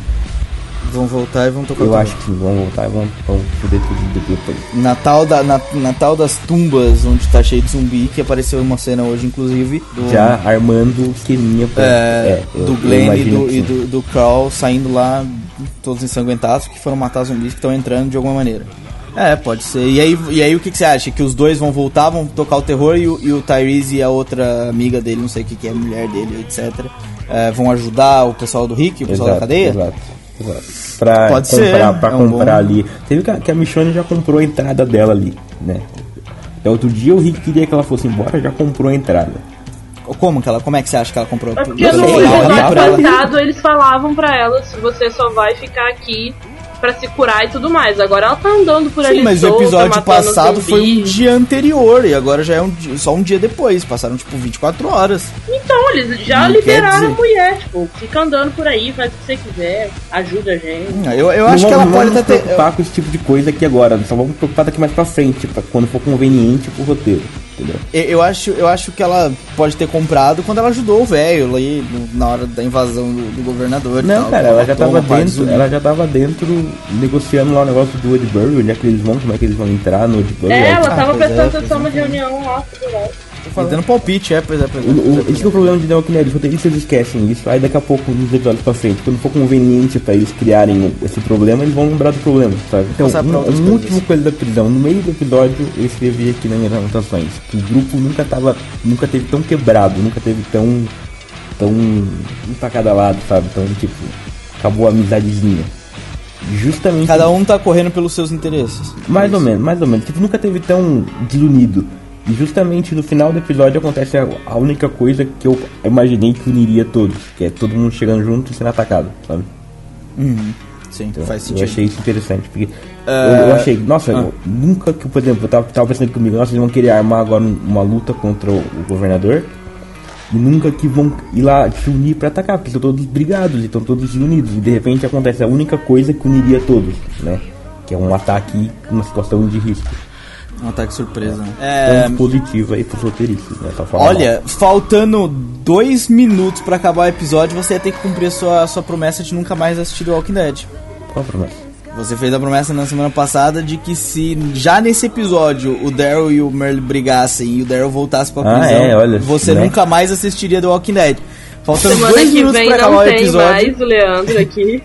S3: Vão voltar e vão tocar
S5: Eu
S3: o
S5: acho que sim, vão voltar e vão, vão foder tudo depois.
S3: Natal, da, na, Natal das tumbas, onde tá cheio de zumbi, que apareceu uma cena hoje, inclusive, do,
S5: Já armando o esqueminha pra,
S3: é,
S5: eu-
S3: do
S5: eu
S3: Glenn e
S5: imagino
S3: do,
S5: que
S3: e
S5: sim.
S3: do, do Carl saindo lá, todos ensanguentados, que foram matar zumbis que estão entrando de alguma maneira. É, pode ser. E aí, e aí o que, que você acha? Que os dois vão voltar, vão tocar o terror e o, e o Tyrese e a outra amiga dele, não sei o que, que é, a mulher dele, etcétera, é, vão ajudar o pessoal do Rick, o pessoal da cadeia?
S5: Exato, exato. Pra
S3: Pode
S5: comprar,
S3: ser,
S5: pra
S3: é um
S5: comprar
S3: bom-
S5: ali. Você viu que a, que a Michonne já comprou a entrada dela ali, né? Até outro dia o Rick queria que ela fosse embora, já comprou a entrada.
S3: Como, que ela, como é que você acha que ela comprou?
S4: É porque
S3: Eu
S4: no
S3: sei lá, ali
S4: episódio
S3: pra ela.
S4: passado eles falavam pra ela se você só vai ficar aqui pra se curar e tudo mais. Agora ela tá andando por ali
S3: Sim, mas o
S4: solta,
S3: episódio
S4: matando
S3: passado
S4: zumbi.
S3: foi um dia anterior e agora já é um dia- só um dia depois. Passaram tipo vinte e quatro horas.
S4: Então, eles já
S3: Não
S4: liberaram
S3: quer
S4: a
S3: dizer-
S4: mulher, tipo, fica andando por aí, faz o que você quiser, ajuda a gente.
S3: Eu, eu
S5: Não
S3: acho que ela
S5: vamos-
S3: pode
S5: não
S3: até
S5: vamos
S3: ter.
S5: preocupar com esse tipo de coisa aqui agora, só vamos preocupar daqui mais pra frente, pra quando for conveniente pro roteiro, entendeu?
S3: Eu, eu acho, eu acho que ela pode ter comprado quando ela ajudou o velho ali no- na hora da invasão do, do governador. e
S5: Não,
S3: tal,
S5: cara,
S3: ela
S5: ela já
S3: matou
S5: tava
S3: uma parte
S5: dentro,
S3: do-
S5: ela já tava dentro negociando lá o negócio do Woodbury, onde é que eles vão, como é que eles vão entrar no Woodbury.
S4: É, ela
S3: Ah,
S4: tava
S3: pois
S4: prestando
S3: é, pois
S4: atenção
S3: é.
S4: na reunião lá, tudo lá.
S3: E dando palpite, é, pois é, pois é.
S5: O, o, esse que é o problema de The Walking Dead, os roteiristas esquecem isso, aí daqui a pouco, nos episódios pra frente, quando for conveniente pra eles criarem esse problema, eles vão lembrar do problema, sabe? Então,
S3: Passar pra
S5: uma,
S3: outras
S5: uma
S3: coisas.
S5: última coisa da prisão, no meio do episódio, eu escrevi aqui nas minhas anotações, que o grupo nunca tava, nunca teve tão quebrado, nunca teve tão, tão, um pra cada lado, sabe? Então, tipo, acabou a amizadezinha. Justamente...
S3: Cada um tá correndo pelos seus interesses.
S5: Mais ou menos, mais ou menos. Tipo, nunca teve tão desunido. E justamente no final do episódio acontece a, a única coisa que eu imaginei que uniria todos, que é todo mundo chegando junto e sendo atacado, sabe?
S3: Uhum. Sim,
S5: Então,
S3: faz
S5: eu
S3: sentido.
S5: achei isso interessante, porque
S3: É,
S5: eu, eu achei, nossa,
S3: ah.
S5: eu nunca que, por exemplo, eu tava, tava pensando comigo, nossa, eles vão querer armar agora um- uma luta contra o, o governador, e nunca que vão ir lá se unir pra atacar, porque estão todos brigados, estão todos unidos, e de repente acontece a única coisa que uniria todos, né? Que é um ataque, uma situação de risco.
S3: Um ataque surpresa. né? É,
S5: Ponto positivo aí pros roteiristas, né? Só falar
S3: olha, faltando dois minutos pra acabar o episódio, você ia ter que cumprir a sua, a sua promessa de nunca mais assistir The Walking Dead.
S5: mal. Qual a promessa?
S3: Você fez a promessa na semana passada de que se já nesse episódio o Daryl e o Merle brigassem e o Daryl voltasse pra
S5: Ah,
S3: prisão,
S5: é, olha,
S3: você
S5: né?
S3: nunca mais assistiria The Walking Dead. Faltando
S4: Semana
S3: dois
S4: que
S3: minutos
S4: vem
S3: pra acabar
S4: não
S3: o
S4: tem
S3: episódio.
S4: mais o Leandro aqui.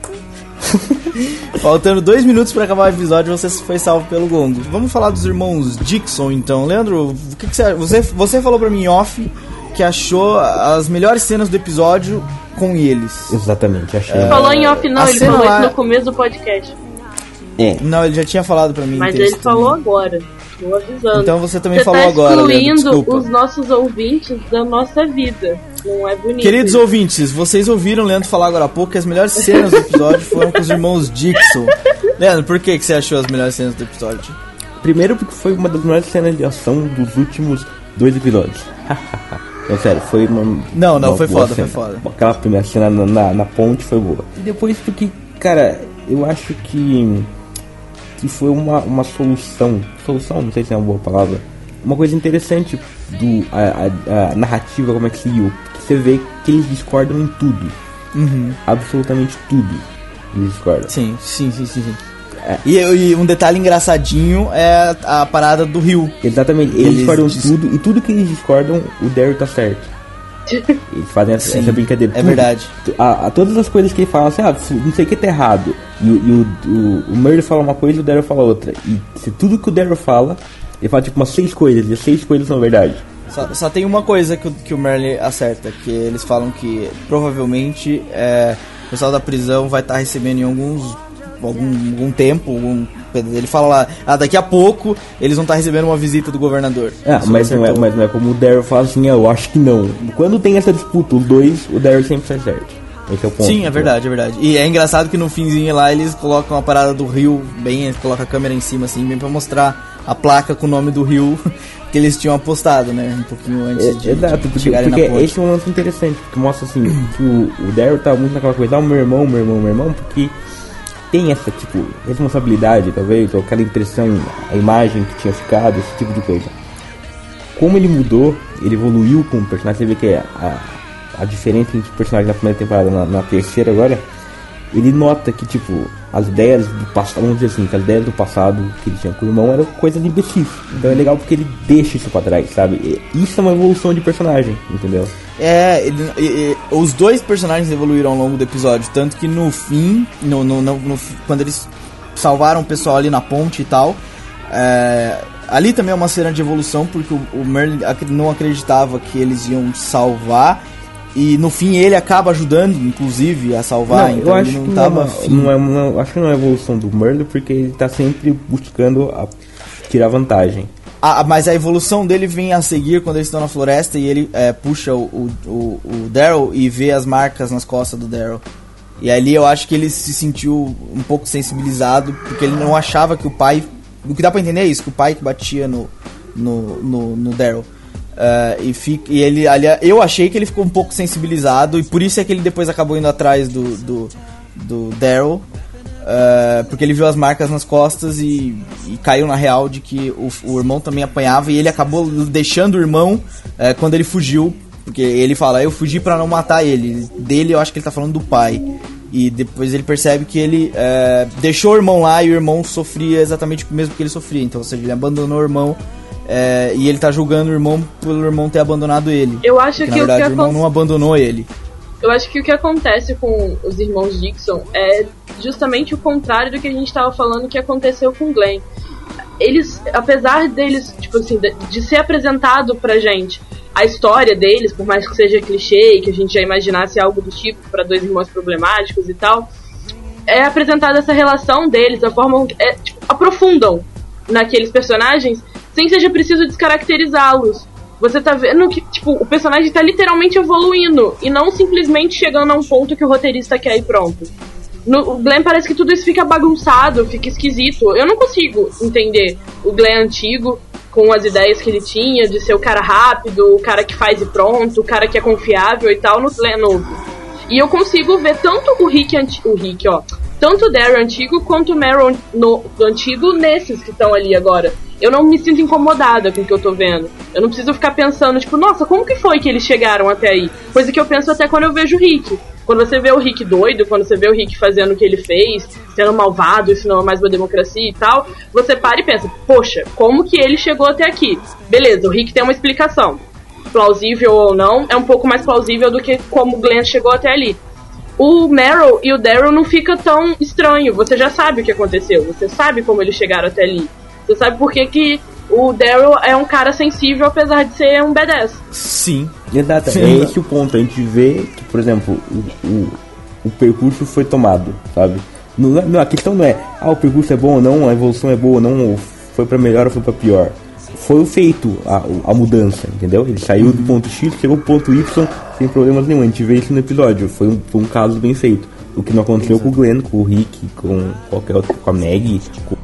S3: Faltando dois minutos pra acabar o episódio, você foi salvo pelo Gongo. Vamos falar dos irmãos Dixon, então. Leandro, o que, que você acha? Você, você falou pra mim em off que achou as melhores cenas do episódio com eles.
S5: Exatamente, achei.
S4: Falou em off não,
S3: a
S4: ele
S3: cena
S4: falou
S3: lá-
S4: isso no começo do podcast.
S5: É.
S3: Não, ele já tinha falado pra mim.
S4: Mas
S3: texto
S4: ele falou
S3: também.
S4: agora. Tô avisando.
S3: Então você também
S4: você
S3: falou
S4: tá
S3: agora, Leandro,
S4: excluindo
S3: desculpa.
S4: os nossos ouvintes da nossa vida. Não é bonito.
S3: Queridos
S4: isso.
S3: ouvintes, vocês ouviram o Leandro falar agora há pouco que as melhores cenas do episódio foram com os irmãos Dixon. Leandro, por que, que você achou as melhores cenas do episódio?
S5: Primeiro porque foi uma das melhores cenas de ação dos últimos dois episódios. É sério, foi uma...
S3: Não, não,
S5: uma
S3: foi
S5: boa
S3: foda,
S5: cena.
S3: foi foda.
S5: Aquela primeira cena na, na, na ponte foi boa. E depois porque, cara, eu acho que... que foi uma, uma solução, solução, não sei se é uma boa palavra, uma coisa interessante do a, a, a narrativa, como é que seguiu, porque você vê que eles discordam em tudo,
S3: Uhum.
S5: absolutamente tudo eles discordam.
S3: Sim, sim, sim, sim. sim. É. E, e um detalhe engraçadinho é a, a parada do Rio.
S5: Exatamente, eles,
S3: Eles
S5: discordam
S3: dis-
S5: tudo, e tudo que eles discordam, o Daryl tá certo. Eles fazem essa,
S3: Sim,
S5: essa brincadeira.
S3: é
S5: Tudo.
S3: verdade.
S5: A, a, todas as coisas que ele fala assim, ah, não sei o que tá errado. E, o- e o, o, o Murray fala uma coisa e o Daryl fala outra. E se tudo que o Daryl fala, ele fala tipo umas seis coisas, e as seis coisas são verdade.
S3: Só, só tem uma coisa que, o- que o Merle acerta, que eles falam que provavelmente é, o pessoal da prisão vai estar recebendo em alguns algum, algum tempo, algum, ele fala lá, ah, daqui a pouco eles vão estar recebendo uma visita do governador.
S5: Ah,
S3: Isso
S5: mas não, é,
S3: acertou.
S5: mas não é como o Daryl fala assim, ah, eu acho que não. Quando tem essa disputa, os dois, o Daryl sempre sai certo. Esse é o ponto.
S3: Sim, é verdade, é verdade. E é engraçado que no finzinho lá eles colocam a parada do Rio, bem, eles colocam a câmera em cima assim, bem pra mostrar a placa com o nome do Rio que eles tinham apostado, né? Um pouquinho antes
S5: É,
S3: de,
S5: exato,
S3: de
S5: porque,
S3: chegarem
S5: porque
S3: na ponte.
S5: esse é um lance interessante, porque mostra assim, que o, o Daryl tá muito naquela coisa, ah, meu irmão, meu irmão, meu irmão, porque tem essa, tipo, responsabilidade, talvez, ou aquela impressão, a imagem que tinha ficado, esse tipo de coisa. Como ele mudou, ele evoluiu com o personagem, você vê que a, a diferença entre os personagens na primeira temporada, na, na terceira agora, ele nota que, tipo, as ideias do passado, vamos dizer assim, que as ideias do passado que ele tinha com o irmão eram coisa de imbecil. Então é legal porque ele deixa isso pra trás, sabe? E isso é uma evolução de personagem, entendeu?
S3: É, ele, e- e- os dois personagens evoluíram ao longo do episódio, tanto que no fim, no, no, no- no- quando eles salvaram o pessoal ali na ponte e tal, é, ali também é uma cena de evolução, porque o, o Merlin ac- não acreditava que eles iam salvar, e no fim ele acaba ajudando, inclusive, a salvar,
S5: Não,
S3: então
S5: eu acho
S3: ele não
S5: que
S3: tava
S5: não, é
S3: afim.
S5: uma, não é uma, acho que não é a evolução do Merle, porque ele tá sempre buscando a, tirar vantagem.
S3: Ah, mas a evolução dele vem a seguir quando eles estão na floresta e ele é, puxa o, o, o, o Daryl e vê as marcas nas costas do Daryl. E ali eu acho que ele se sentiu um pouco sensibilizado, porque ele não achava que o pai... O que dá pra entender é isso, que o pai que batia no, no, no, no Daryl. Uh, e, fica, e ele, ali, eu achei que ele ficou um pouco sensibilizado, e por isso é que ele depois acabou indo atrás do, do, do Daryl. Uh, porque ele viu as marcas nas costas e, e caiu na real de que o, o irmão também apanhava, e ele acabou deixando o irmão uh, quando ele fugiu, porque ele fala, eu fugi pra não matar ele. Dele eu acho que ele tá falando do pai. E depois ele percebe que ele uh, deixou o irmão lá e o irmão sofria exatamente o mesmo que ele sofria. Então, ou seja, ele abandonou o irmão uh, e ele tá julgando o irmão pelo irmão ter abandonado ele.
S4: Eu acho
S3: Porque,
S4: que
S3: na
S4: o
S3: verdade
S4: que
S3: o irmão
S4: acon-
S3: não abandonou ele.
S4: Eu acho que o que acontece com os irmãos Dixon é justamente o contrário do que a gente estava falando que aconteceu com o Glenn. Eles, apesar deles, tipo assim, de, de ser apresentado pra gente a história deles, por mais que seja clichê e que a gente já imaginasse algo do tipo para dois irmãos problemáticos e tal, é apresentada essa relação deles, a forma é, tipo, aprofundam naqueles personagens sem seja preciso descaracterizá-los. Você tá vendo que, tipo, o personagem tá literalmente evoluindo e não simplesmente chegando a um ponto que o roteirista quer e pronto. No, o Glenn parece que tudo isso fica bagunçado, fica esquisito. Eu não consigo entender o Glenn antigo com as ideias que ele tinha de ser o cara rápido, o cara que faz e pronto, o cara que é confiável e tal, no Glenn novo. E eu consigo ver tanto o Rick antigo, o Rick, ó, tanto o Daryl antigo quanto o Meryl no, do antigo nesses que estão ali agora. Eu não me sinto incomodada com o que eu tô vendo. Eu não preciso ficar pensando, tipo, nossa, como que foi que eles chegaram até aí? Coisa que eu penso até quando eu vejo o Rick. Quando você vê o Rick doido, quando você vê o Rick fazendo o que ele fez, sendo malvado, isso não é mais uma democracia e tal, você para e pensa, poxa, como que ele chegou até aqui? Beleza, o Rick tem uma explicação. Plausível ou não, é um pouco mais plausível do que como o Glenn chegou até ali. O Meryl e o Daryl não fica tão estranho, você já sabe o que aconteceu, você sabe como eles chegaram até ali. Você sabe por que, que o Daryl é um cara sensível, apesar de ser um badass.
S3: Sim.
S5: Exato,
S3: Sim.
S5: é esse o ponto. A gente vê que, por exemplo, o, o, o percurso foi tomado, sabe? Não, não, a questão não é, ah, o percurso é bom ou não, a evolução é boa ou não, ou foi pra melhor ou foi pra pior. Foi o feito, a, a mudança, entendeu? Ele saiu do ponto X, chegou pro ponto Y sem problemas nenhum. A gente vê isso no episódio. Foi um, foi um caso bem feito. O que não aconteceu com o Glenn, com o Rick, com qualquer outro, com a Maggie. Com...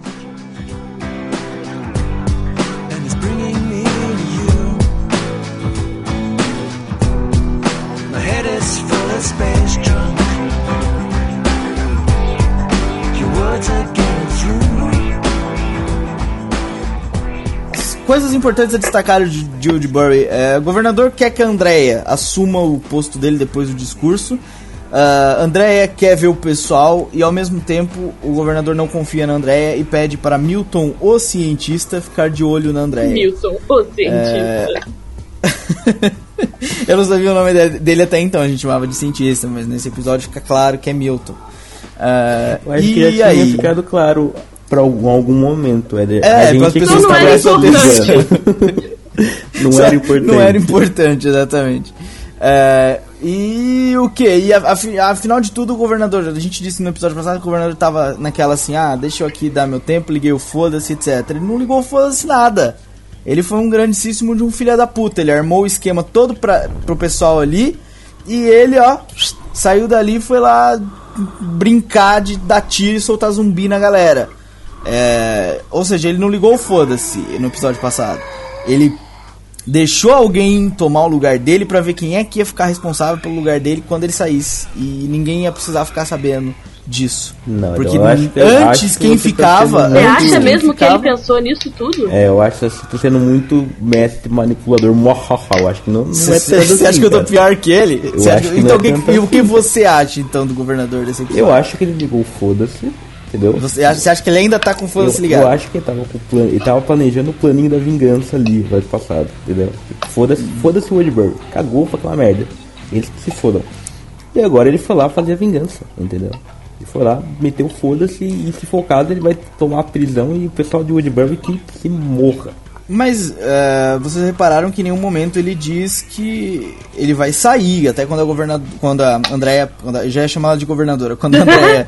S3: Coisas importantes a destacar de, de Woodbury. É, o governador quer que a Andrea assuma o posto dele depois do discurso. Uh, Andrea quer ver o pessoal e ao mesmo tempo o governador não confia na Andrea e pede para Milton, o cientista, ficar de olho na Andrea.
S4: Milton, o cientista.
S3: É... Eu não sabia o nome dele, dele até então, a gente chamava de cientista, mas nesse episódio fica claro que é Milton. Uh,
S5: Eu acho
S3: e
S5: que já
S3: aí?
S5: tinha ficado claro pra algum, algum momento. É,
S3: É,
S5: a
S3: para as
S5: gente
S3: pessoas
S4: não
S3: que
S4: era
S3: prestam
S4: importante.
S5: não era importante.
S3: Não era importante, exatamente. É, e o que? E a, a, afinal de tudo, o governador, a gente disse no episódio passado que o governador tava naquela assim, ah, deixa eu aqui dar meu tempo, liguei o foda-se, etcétera. Ele não ligou o foda-se nada. Ele foi um grandíssimo de um filho da puta. Ele armou o esquema todo pra, pro pessoal ali e ele, ó, saiu dali e foi lá brincar de dar tiro e soltar zumbi na galera. É, ou seja, ele não ligou o foda-se no episódio passado. Ele deixou alguém tomar o lugar dele pra ver quem é que ia ficar responsável pelo lugar dele quando ele saísse. E ninguém ia precisar ficar sabendo disso.
S5: Não,
S3: porque
S5: eu acho que- eu acho
S3: antes
S5: que
S3: quem
S5: você tá
S3: ficava...
S5: sendo
S4: Você
S5: muito-
S3: antes
S4: acha
S3: quem
S4: mesmo que ele
S3: ficava-
S4: pensou nisso tudo?
S5: É, eu acho que você tá sendo muito mestre manipulador. Muahaha, eu acho que não, não é
S3: Você
S5: tanto
S3: você acha
S5: assim,
S3: que eu tô
S5: cara.
S3: pior que ele? Você
S5: acho
S3: acha-
S5: que não
S3: então
S5: é
S3: o que-
S5: tanto
S3: e o que
S5: assim.
S3: você acha então do governador desse episódio?
S5: Eu acho que ele ligou o foda-se, entendeu?
S3: Você acha, você acha que ele ainda tá com o
S5: Eu,
S3: foda-se
S5: eu
S3: ligado?
S5: acho que ele tava, com o plan... ele tava planejando o planinho da vingança ali no ano passado, entendeu? Foda-se, foda-se o Woodbury. Cagou pra aquela merda. Eles que se fodam. E agora ele foi lá fazer a vingança, entendeu? Ele foi lá, meteu o foda-se e se for o caso ele vai tomar a prisão e o pessoal de Woodbury que se morra.
S3: Mas é, vocês repararam que em nenhum momento ele diz que ele vai sair, até quando a governadora, quando a Andrea, quando a, já é chamada de governadora, quando a Andrea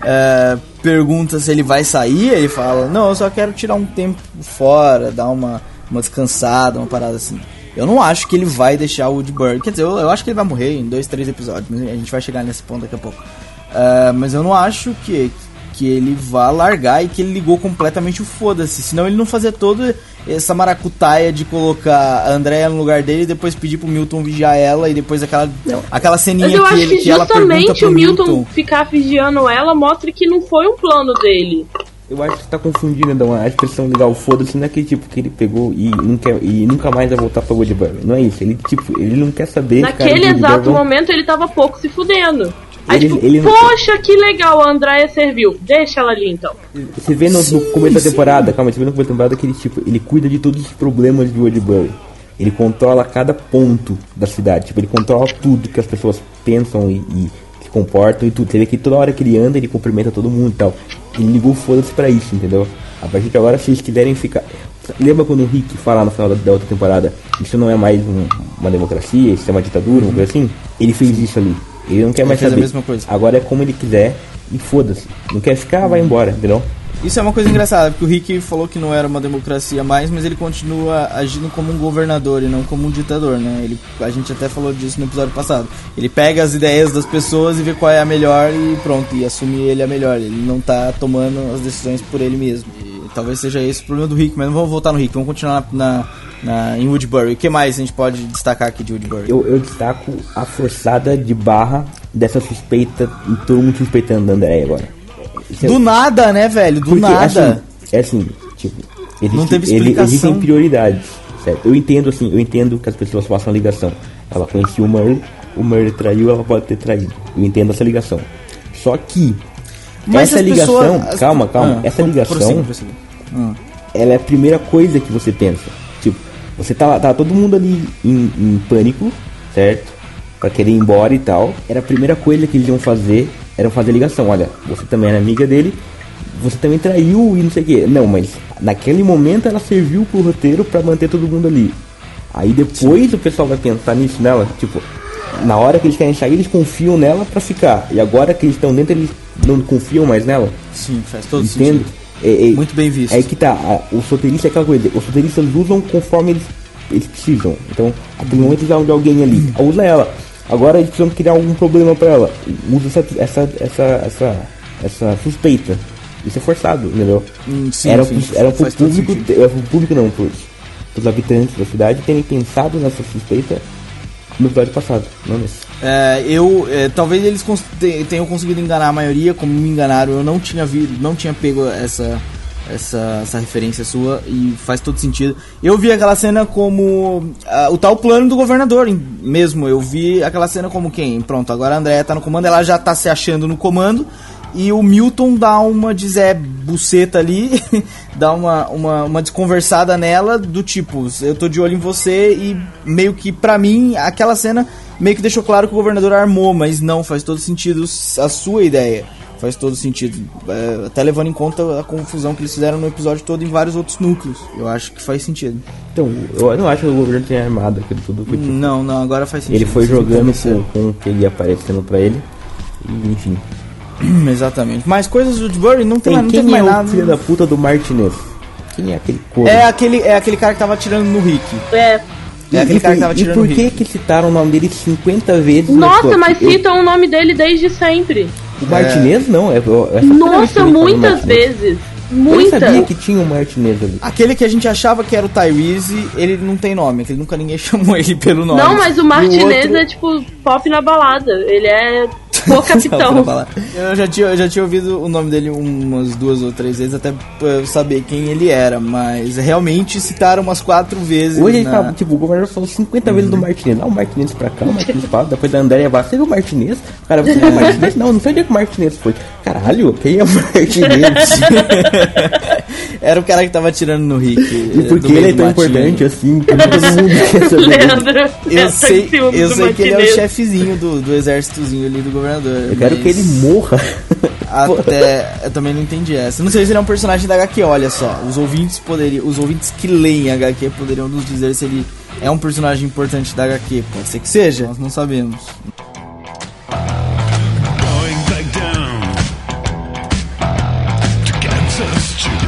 S3: é, pergunta se ele vai sair, ele fala, não, eu só quero tirar um tempo fora, dar uma, uma descansada, uma parada assim. Eu não acho que ele vai deixar o Woodbury, quer dizer, eu, eu acho que ele vai morrer em dois, três episódios, mas a gente vai chegar nesse ponto daqui a pouco. É, mas eu não acho que, que ele vá largar e que ele ligou completamente o foda-se, senão ele não fazia toda essa maracutaia de colocar a Andrea no lugar dele e depois pedir pro Milton vigiar ela e depois aquela, aquela ceninha
S4: Mas eu
S3: que,
S4: acho
S3: ele,
S4: que
S3: que ela pergunta
S4: justamente
S3: pro
S4: o Milton,
S3: Milton.
S4: ficar vigiando ela mostra que não foi um plano dele.
S5: Eu acho que você tá confundindo, então, a expressão ligar o foda-se não é aquele tipo que ele pegou e, não quer, e nunca mais vai voltar pra Woodbury. Não é isso, ele tipo, ele não quer saber. se o cara
S4: Naquele
S5: de Woodbury
S4: exato
S5: vão-
S4: momento ele tava pouco se fudendo. Aí
S5: Ele-
S4: tipo,
S5: ele não-
S4: poxa, que legal, a Andrea serviu. Deixa ela ali então.
S5: Você vê no, no começo da temporada, calma, você vê no começo da temporada que ele, tipo, ele cuida de todos os problemas de Woodbury. Ele controla cada ponto da cidade, tipo, ele controla tudo que as pessoas pensam e, e se comportam e tudo. Você vê que toda hora que ele anda, ele cumprimenta todo mundo e tal. Ele ligou o foda-se pra isso, entendeu? A partir de agora, se eles quiserem ficar... Lembra quando o Rick fala no final da, da outra temporada, isso não é mais um- uma democracia, isso é uma ditadura, uma coisa assim? Ele fez isso ali. Ele não quer mais
S3: fez a
S5: saber.
S3: mesma coisa.
S5: Agora é como ele quiser e foda-se. Não quer ficar, vai embora, entendeu?
S3: Isso é uma coisa engraçada, porque o Rick falou que não era uma democracia mais, mas ele continua agindo como um governador e não como um ditador, né? Ele, a gente até falou disso no episódio passado. Ele pega as ideias das pessoas e vê qual é a melhor e pronto, e assume ele a melhor. Ele não tá tomando as decisões por ele mesmo. E talvez seja esse o problema do Rick, mas não vamos voltar no Rick, vamos continuar na, na, em Woodbury. O que mais a gente pode destacar aqui de Woodbury?
S5: Eu, eu destaco a forçada de barra dessa suspeita, e todo mundo suspeitando da Andrea agora. Isso é-
S3: Do nada, né, velho? Do
S5: porque,
S3: nada.
S5: assim, é assim, tipo, existe,
S3: Não teve
S5: ele-
S3: explicação.
S5: existem prioridades, certo? Eu entendo, assim, eu entendo que as pessoas façam ligação. Ela conhecia o Murray, o Murray traiu, ela pode ter traído. Eu entendo essa ligação. Só que,
S3: Mas
S5: essa
S3: as
S5: ligação,
S3: pessoas- as-
S5: calma, calma,
S3: Ah,
S5: essa ligação,
S3: prossiga, prossiga. Ah.
S5: ela é a primeira coisa que você pensa. Tipo, você tá, tá todo mundo ali em, em pânico, certo? Pra querer ir embora e tal. Era a primeira coisa que eles iam fazer, era fazer ligação. Olha, você também era amiga dele, você também traiu e não sei o que. Não, mas naquele momento ela serviu pro roteiro pra manter todo mundo ali. Aí depois o pessoal vai pensar nisso nela, tipo, na hora que eles querem sair, eles confiam nela pra ficar. E agora que eles estão dentro, eles não confiam mais nela.
S3: Sim, faz todo
S5: Entende?
S3: sentido.
S5: É, é,
S3: Muito bem visto.
S5: É aí que tá, a, o soterista é aquela coisa, os soteristas usam conforme eles, eles precisam. Então, naquele momento eles precisam de alguém ali, usa ela. Agora eles precisam criar algum problema pra ela, usa essa, essa, essa, essa, essa suspeita. Isso é forçado, entendeu?
S3: Hum, sim,
S5: era,
S3: sim,
S5: pro, era pro
S3: faz todo
S5: público,
S3: sentido.
S5: era pro público não, pros, pros habitantes da cidade terem pensado nessa suspeita no episódio passado, não nesse.
S3: É, eu, é, talvez eles cons- te- tenham conseguido enganar a maioria, como me enganaram. Eu não tinha visto, não tinha pego essa, essa, essa referência sua e faz todo sentido. Eu vi aquela cena como ah, o tal plano do governador em- mesmo. Eu vi aquela cena como quem? Pronto, agora a Andrea tá no comando, ela já tá se achando no comando. E o Milton dá uma de Zé Buceta ali, dá uma, uma, uma desconversada nela, do tipo, eu tô de olho em você, e meio que pra mim, aquela cena meio que deixou claro que o governador armou, mas não, faz todo sentido a sua ideia, faz todo sentido, é, até levando em conta a confusão que eles fizeram no episódio todo em vários outros núcleos, eu acho que faz sentido.
S5: Então, eu não acho que o governo tenha armado aquilo tudo. Foi, tipo,
S3: Não, não, agora faz sentido.
S5: ele foi
S3: Vocês me
S5: jogando
S3: convenceram.
S5: com, com o que ele ia aparecendo pra ele, e enfim.
S3: Exatamente, mais coisas do Woodbury não tem,
S5: Tem,
S3: não
S5: quem
S3: teve
S5: é
S3: mais
S5: o
S3: nada.
S5: filho da puta do Martinez? Quem é aquele corno?
S3: É aquele, é aquele cara que tava atirando no Rick.
S4: É.
S3: É aquele
S5: e,
S3: cara que tava
S5: e
S3: tirando
S5: por
S3: o
S5: que
S3: Rick.
S5: que citaram o nome dele cinquenta vezes? no
S4: Nossa,
S5: episódio?
S4: mas
S5: Eu-
S4: citam o nome dele desde sempre.
S5: O Martinez não, é, é essa primeira vez que
S4: Nossa,
S5: eu ouvi falar do
S4: muitas
S5: Martinez.
S4: vezes.
S5: Eu nem
S4: Muitas.
S5: sabia que tinha um Martinez ali.
S3: Aquele que a gente achava que era o Tyrese, ele não tem nome, que nunca ninguém chamou ele pelo nome.
S4: Não, mas o
S3: E
S4: Martinez
S3: outro-
S4: é tipo pop na balada. Ele é o capitão.
S3: Eu já tinha, eu já tinha ouvido o nome dele umas duas ou três vezes, até pra eu saber quem ele era, mas realmente citaram umas quatro vezes.
S5: Hoje ele
S3: na...
S5: fala, tipo, o governador falou cinquenta vezes do Martinez. Ah, o Martinez pra cá, o Martinez pra lá. Depois da Andréia Vaz, você viu o Martinez? Cara, você viu o Martinez? Não, não sei onde é que o Martinez foi. Caralho, quem é o Martinez?
S3: Era o cara que tava atirando no Rick.
S5: E por que ele é tão importante assim? Que todo mundo quer saber dele?
S4: Leandro,
S3: Eu
S4: tá
S3: sei,
S4: em cima
S3: eu
S4: do
S3: sei que ele é o
S4: Martinez.
S3: chefezinho do, do exércitozinho ali do governador.
S5: Eu quero
S3: mas
S5: que ele morra.
S3: Até eu também não entendi essa. Não sei se ele é um personagem da H Q, olha só. Os ouvintes poderiam. Os ouvintes que leem H Q poderiam nos dizer se ele é um personagem importante da H Q. Pode ser que seja, nós não sabemos.
S2: Going back down to Kansas to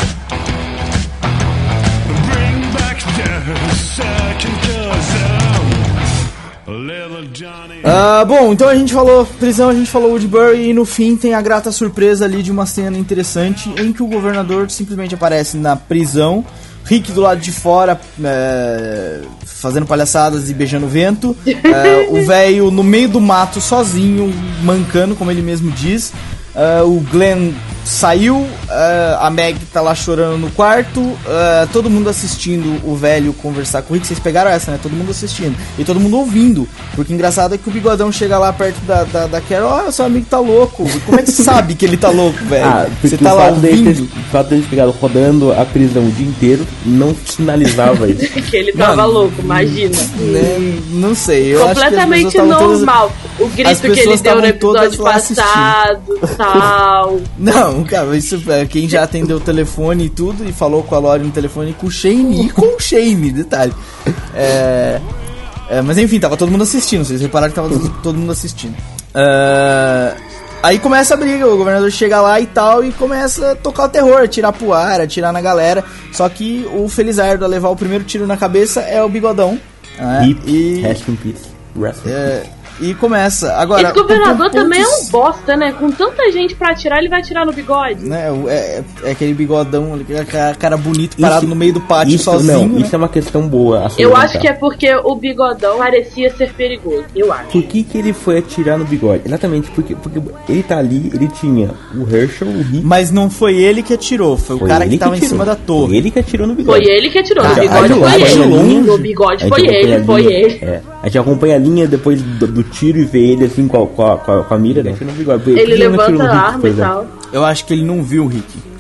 S2: bring back the second cousin, little Johnny.
S3: Ah, bom, então a gente falou prisão, a gente falou Woodbury e no fim tem a grata surpresa ali de uma cena interessante em que o governador simplesmente aparece na prisão, Rick do lado de fora é, fazendo palhaçadas e beijando o vento, é, o velho no meio do mato sozinho, mancando, como ele mesmo diz. É, o Glenn saiu, é, a Meg tá lá chorando no quarto, é, todo mundo assistindo o velho conversar com o Rick. Vocês pegaram essa, né? Todo mundo assistindo e todo mundo ouvindo, porque o engraçado é que o bigodão chega lá perto da, da, da Carol. Ó, seu amigo tá louco. Como é que você sabe que ele tá louco, velho?
S5: Ah,
S3: Você
S5: porque
S3: tá
S5: o
S3: lá
S5: fato dele ter-
S3: ouvindo.
S5: o fato dele ter ficado rodando a prisão o dia inteiro não sinalizava isso.
S4: Que ele tava
S3: Mano,
S4: louco, imagina.
S3: Né? Não sei, eu acho que as
S4: Completamente
S3: pessoas tavam todas-
S4: normal. O grito
S3: as
S4: que ele
S3: pessoas
S4: deu no
S3: tavam todas
S4: episódio
S3: lá assistindo.
S4: passado, tal.
S3: Não, cara, isso é quem já atendeu o telefone e tudo, e falou com a Lori no telefone com o Shane e com o Shane, detalhe. É, é, mas enfim, tava todo mundo assistindo, vocês repararam que tava todo, todo mundo assistindo. É, aí começa a briga, o governador chega lá e tal, e começa a tocar o terror, atirar pro ar, atirar na galera. Só que o Felizardo a levar o primeiro tiro na cabeça é o bigodão. né?
S5: Hip,
S3: E,
S5: rest in peace. Rest in peace.
S3: é, e começa. Agora,
S4: Esse governador
S3: o-
S4: também é um
S3: pontos-
S4: bosta, né? Com tanta gente pra atirar, ele vai atirar no bigode.
S3: né, o- é, é aquele bigodão, aquele cara, cara bonito parado
S5: Isso-
S3: no meio do pátio
S5: isso,
S3: sozinho.
S5: Não,
S3: né?
S5: isso é uma questão boa. a se
S4: Eu
S5: levantar.
S4: acho que é porque o bigodão parecia ser perigoso. Eu acho.
S5: Por que, que ele foi atirar no bigode? Exatamente, porque, porque ele tá ali, ele tinha o Herschel, o Rick.
S3: Mas não foi ele que atirou, foi,
S5: Foi
S3: o cara
S5: ele
S3: que tava em
S5: atirou.
S3: cima da torre.
S5: Foi ele que atirou no bigode.
S4: Foi ele que atirou. No
S3: Ah,
S4: bigode
S3: aí
S4: foi
S3: longe,
S4: ele.
S3: longe.
S4: No bigode
S5: A gente
S4: foi
S5: acompanha
S4: ele,
S5: a
S4: foi
S5: linha-
S4: ele.
S5: É, a gente acompanha a linha depois do, do tiro e vê ele assim com a, com a, com a- com a mira, né? No bigode. Por que
S4: Ele
S5: ele não atirou
S4: levanta
S5: no
S4: a
S5: Rick,
S4: arma
S5: por
S4: e
S5: exemplo?
S4: tal.
S3: Eu acho que ele não viu o Rick. Porque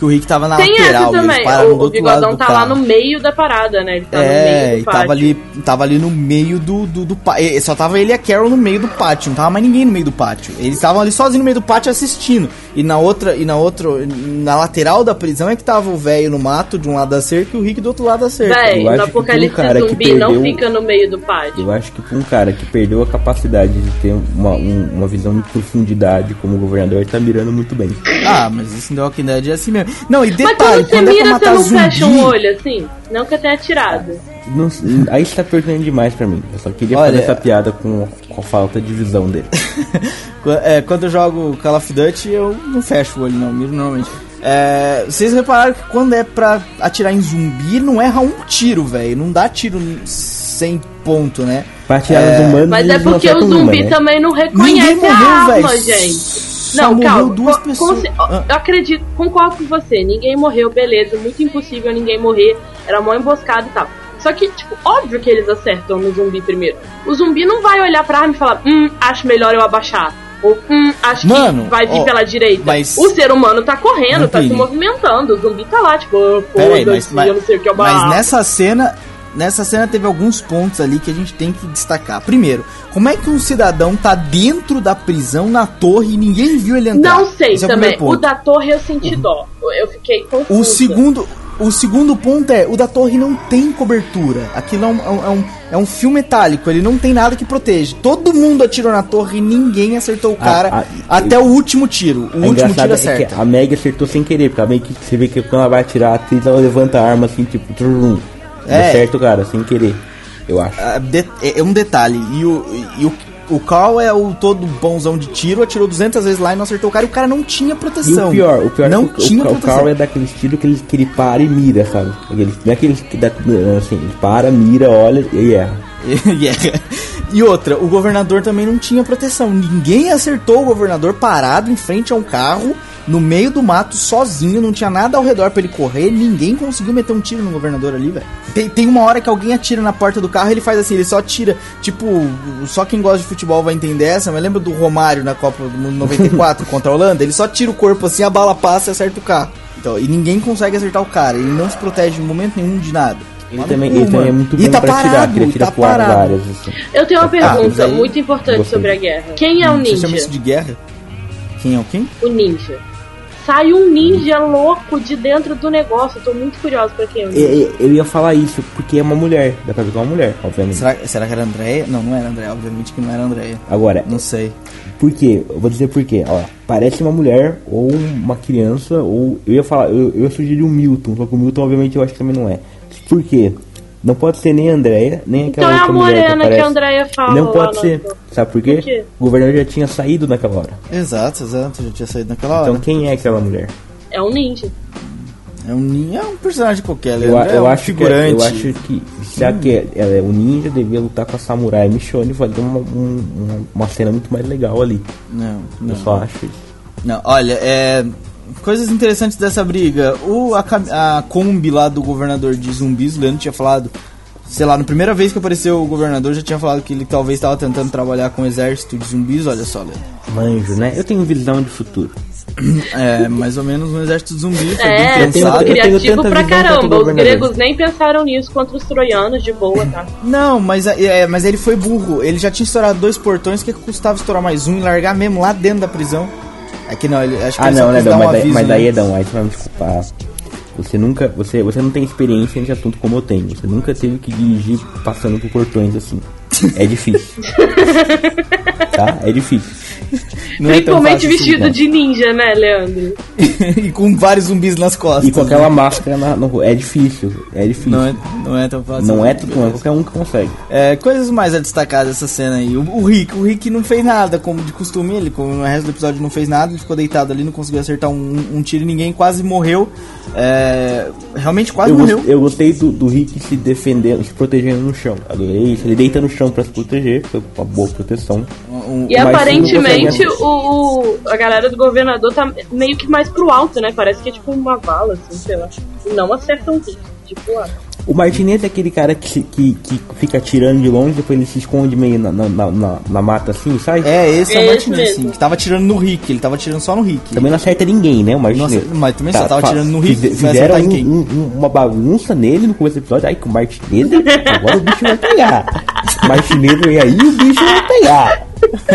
S3: porque o Rick tava na
S4: Tem
S3: lateral
S4: essa
S3: e
S4: também.
S3: eles pararam do
S4: O, o
S3: outro lado
S4: Bigodão
S3: do
S4: tá
S3: carro.
S4: lá no meio da parada, né? Ele tá no
S3: É,
S4: meio
S3: e
S4: do pátio.
S3: tava ali, tava ali no meio do, do, do pátio. Só tava ele e a Carol no meio do pátio, não tava mais ninguém no meio do pátio. Eles estavam ali sozinhos no meio do pátio assistindo. E na outra, e na outra, na lateral da prisão é que tava o velho no mato de um lado da cerca e o Rick do outro lado da cerca.
S4: Véi,
S5: Eu acho
S4: no
S5: que pra um
S4: Apocalipse
S5: cara que
S4: Zumbi não
S5: perdeu-
S4: fica no meio do pátio.
S5: Eu acho que pra um cara que perdeu a capacidade de ter uma, um- uma visão de profundidade como governador, ele tá mirando muito bem.
S3: Ah, mas isso em The Walking Dead é assim mesmo. Não, e
S4: Mas
S3: detalhe,
S4: quando você
S3: quando é pra
S4: mira, você
S3: matar
S4: não
S3: zumbi...
S4: fecha um olho assim? Não que eu tenha tirado.
S5: Não- aí você tá perdendo demais pra mim. Eu só queria
S3: Olha-
S5: fazer essa piada com, com a falta de visão dele.
S3: É, quando eu jogo Call of Duty, eu não fecho o olho, não, miro normalmente. É, vocês repararam que quando é pra atirar em zumbi, não erra um tiro, velho. Não dá tiro sem ponto, né?
S5: Pra atirar
S3: É,
S5: nos humanos,
S4: Mas é
S5: eles não
S4: porque o
S5: acertam
S4: zumbi
S5: uma, né?
S4: também não
S3: Ninguém
S4: reconhece a
S3: morreu,
S4: arma,
S3: velho.
S4: gente.
S3: Só
S4: Não,
S3: morreu
S4: calma.
S3: duas
S4: co-
S3: pessoas.
S4: consi-
S3: Ah.
S4: Eu acredito, concordo com você. Ninguém morreu, beleza. Muito impossível ninguém morrer. Era mó emboscada e tal. Só que, tipo, óbvio que eles acertam no zumbi primeiro. O zumbi não vai olhar pra arma e falar, hum, acho melhor eu abaixar. Ou, hum, acho
S3: Mano,
S4: que vai vir
S3: ó,
S4: pela direita.
S3: mas-
S4: O ser humano tá correndo,
S3: Não
S4: tá se
S3: entendi.
S4: movimentando. O zumbi tá lá, tipo, ah,
S3: Pera aí,
S4: foda-se,
S3: mas,
S4: eu não sei o que é
S3: mas,
S4: uma
S3: mas
S4: arma.
S3: nessa cena, nessa cena teve alguns pontos ali que a gente tem que destacar. Primeiro, como é que um cidadão tá dentro da prisão na torre e ninguém viu ele entrar?
S4: Não sei
S3: Esse é o
S4: também.
S3: primeiro
S4: O
S3: ponto.
S4: da torre eu senti dó. Eu fiquei confusa.
S3: O segundo, o segundo ponto é, o da torre não tem cobertura. Aquilo é um, é um, é um, é um fio metálico, ele não tem nada que protege. Todo mundo atirou na torre e ninguém acertou o cara
S5: Ah, ah,
S3: até o último tiro. O
S5: É
S3: último
S5: engraçado
S3: tiro
S5: é
S3: acerta.
S5: que a Meg acertou sem querer, porque a Meg, você vê que quando ela vai atirar, a atriz, ela levanta a arma assim, tipo, trum,
S3: É.
S5: acerta o cara, sem querer, eu acho.
S3: Ah, de- é é um detalhe. E o, e o, o Carl é o todo bonzão de tiro, atirou duzentas vezes lá e não acertou o cara, e o cara não tinha
S5: E
S3: proteção.
S5: o pior, o pior
S3: não
S5: é que o,
S3: tinha
S5: o, o
S3: proteção.
S5: Carl é daquele estilo que ele, que ele para e mira, sabe? Ele, não é aquele que dá, assim, ele para, mira, olha e erra.
S3: Yeah. E outra, o governador também não tinha proteção. Ninguém acertou o governador parado em frente a um carro, no meio do mato, sozinho, não tinha nada ao redor pra ele correr, ninguém conseguiu meter um tiro no governador ali, velho. Tem, tem uma hora que alguém atira na porta do carro e ele faz assim, ele só tira, tipo, só quem gosta de futebol vai entender essa, mas lembra do Romário na Copa do Mundo noventa e quatro contra a Holanda? Ele só tira o corpo assim, a bala passa e acerta o carro. Então, e ninguém consegue acertar o cara, ele não se protege em momento nenhum de nada.
S5: Ele também, ele também é muito
S3: E
S5: bom
S3: tá
S5: pra
S3: parado,
S5: atirar, que ele
S3: e
S5: atira
S3: tá
S5: por ar
S3: parado.
S5: várias, assim.
S4: Eu tenho uma
S3: mas
S4: pergunta
S3: aí-
S4: muito importante
S5: Gostei.
S4: sobre a guerra. Quem é o
S3: Você chama isso
S4: ninja?
S3: de guerra? Quem é o quem?
S4: O ninja. Sai um ninja louco de dentro do negócio. Eu tô muito curiosa pra quem é o ninja.
S5: Eu, eu ia falar isso, porque é uma mulher, dá pra ver que é uma mulher, obviamente.
S3: Será, será que era Andréia? Não, não era Andréia, obviamente que não era Andréia.
S5: Agora,
S3: Não sei.
S5: por quê? Eu vou dizer por quê. Ó, parece uma mulher, ou uma criança, ou... Eu ia falar, eu, eu ia sugerir o Milton, só que o Milton, obviamente, eu acho que também não é. Por quê? Não pode ser nem a Andréia, nem
S4: Então
S5: aquela
S4: é a
S5: outra mulher que
S4: morena que,
S5: aparece.
S4: a Andrea fala.
S5: Não
S4: lá
S5: pode
S4: no-
S5: ser. Sabe por quê?
S4: Por quê?
S5: O governador já tinha saído naquela hora.
S3: Exato, exato, já tinha saído naquela hora.
S5: Então quem é aquela mulher?
S4: É um ninja.
S3: É um ninja, é um personagem qualquer,
S5: Eu,
S3: Leandro,
S5: eu
S3: é um
S5: acho que,
S3: figurante.
S5: eu acho que já que ela é o ninja, devia lutar com a samurai Michonne e fazer uma, um- uma, uma cena muito mais legal ali.
S3: Não,
S5: Eu
S3: não.
S5: só acho isso.
S3: Não, olha, é... Coisas interessantes dessa briga. O, a, cam- a Kombi lá do governador de zumbis, o Leandro tinha falado... Sei lá, na primeira vez que apareceu o governador, já tinha falado que ele talvez estava tentando trabalhar com um exército de zumbis. Olha só, Leandro.
S5: Manjo, né? Eu tenho visão de futuro.
S3: É, mais ou menos um exército de zumbis. Foi
S4: É,
S3: bem
S5: tenho-
S3: pensado.
S5: eu tenho
S4: criativo
S5: tanta
S4: pra
S5: visão quanto o
S4: caramba. Os
S5: governador.
S4: gregos nem pensaram nisso contra os troianos de boa, tá?
S3: Não, mas, é, mas ele foi burro. Ele já tinha estourado dois portões, que custava estourar mais um e largar mesmo lá dentro da prisão. É que não, ele, acho que
S5: Ah
S3: ele só
S5: não, né,
S3: quis
S5: Dão,
S3: dar um
S5: mas, daí-
S3: aviso,
S5: mas
S3: né?
S5: daí, Edão, aí você vai me desculpar. Você nunca, você, você não tem experiência nesse assunto como eu tenho. Você nunca teve que dirigir passando por portões assim. É difícil. Tá? É difícil.
S3: Não é tão
S4: Principalmente
S3: fácil
S4: vestido
S5: não.
S4: de ninja, né, Leandro?
S3: assim. E com vários zumbis nas costas.
S5: E com aquela máscara na, no, é difícil. É difícil.
S3: Não é, não é tão fácil.
S5: Não é tudo, não é qualquer um que consegue.
S3: É, coisas mais a destacar dessa cena aí. O, o Rick, o Rick não fez nada, como de costume, ele, como no resto do episódio não fez nada, ele ficou deitado ali, não conseguiu acertar um, um tiro em ninguém, quase morreu. É, realmente quase
S5: Eu,
S3: morreu.
S5: gos- eu gostei do, do Rick se defendendo, se protegendo no chão. Adorei isso. Ele deita no chão pra se proteger, foi uma boa proteção.
S3: Um-
S4: E
S5: Mas
S4: aparentemente
S5: não consegue
S4: o, o- a galera do governador tá meio que mais pro alto, né? Parece que é tipo uma vala, assim, sei lá. E não acertam um hit, tipo lá.
S5: O Martinez é aquele cara que, que, que fica atirando de longe, depois ele se esconde meio na, na, na, na, na mata assim, sai?
S3: É, esse é,
S4: É
S3: o
S4: esse
S3: Martinez,
S4: mesmo.
S3: sim, que tava atirando no Rick, ele tava atirando só no Rick.
S5: Também não acerta ninguém, né, o Martinez.
S3: Nossa, mas também só tava
S5: fa-
S3: atirando no Rick,
S5: fiz-
S3: vai
S5: Fizeram
S3: acertar em
S5: um-
S3: quem?
S5: um- uma bagunça nele no começo do episódio. Ai, que o Martinez, agora o bicho vai pegar. Martinez vem aí e o bicho vai pegar.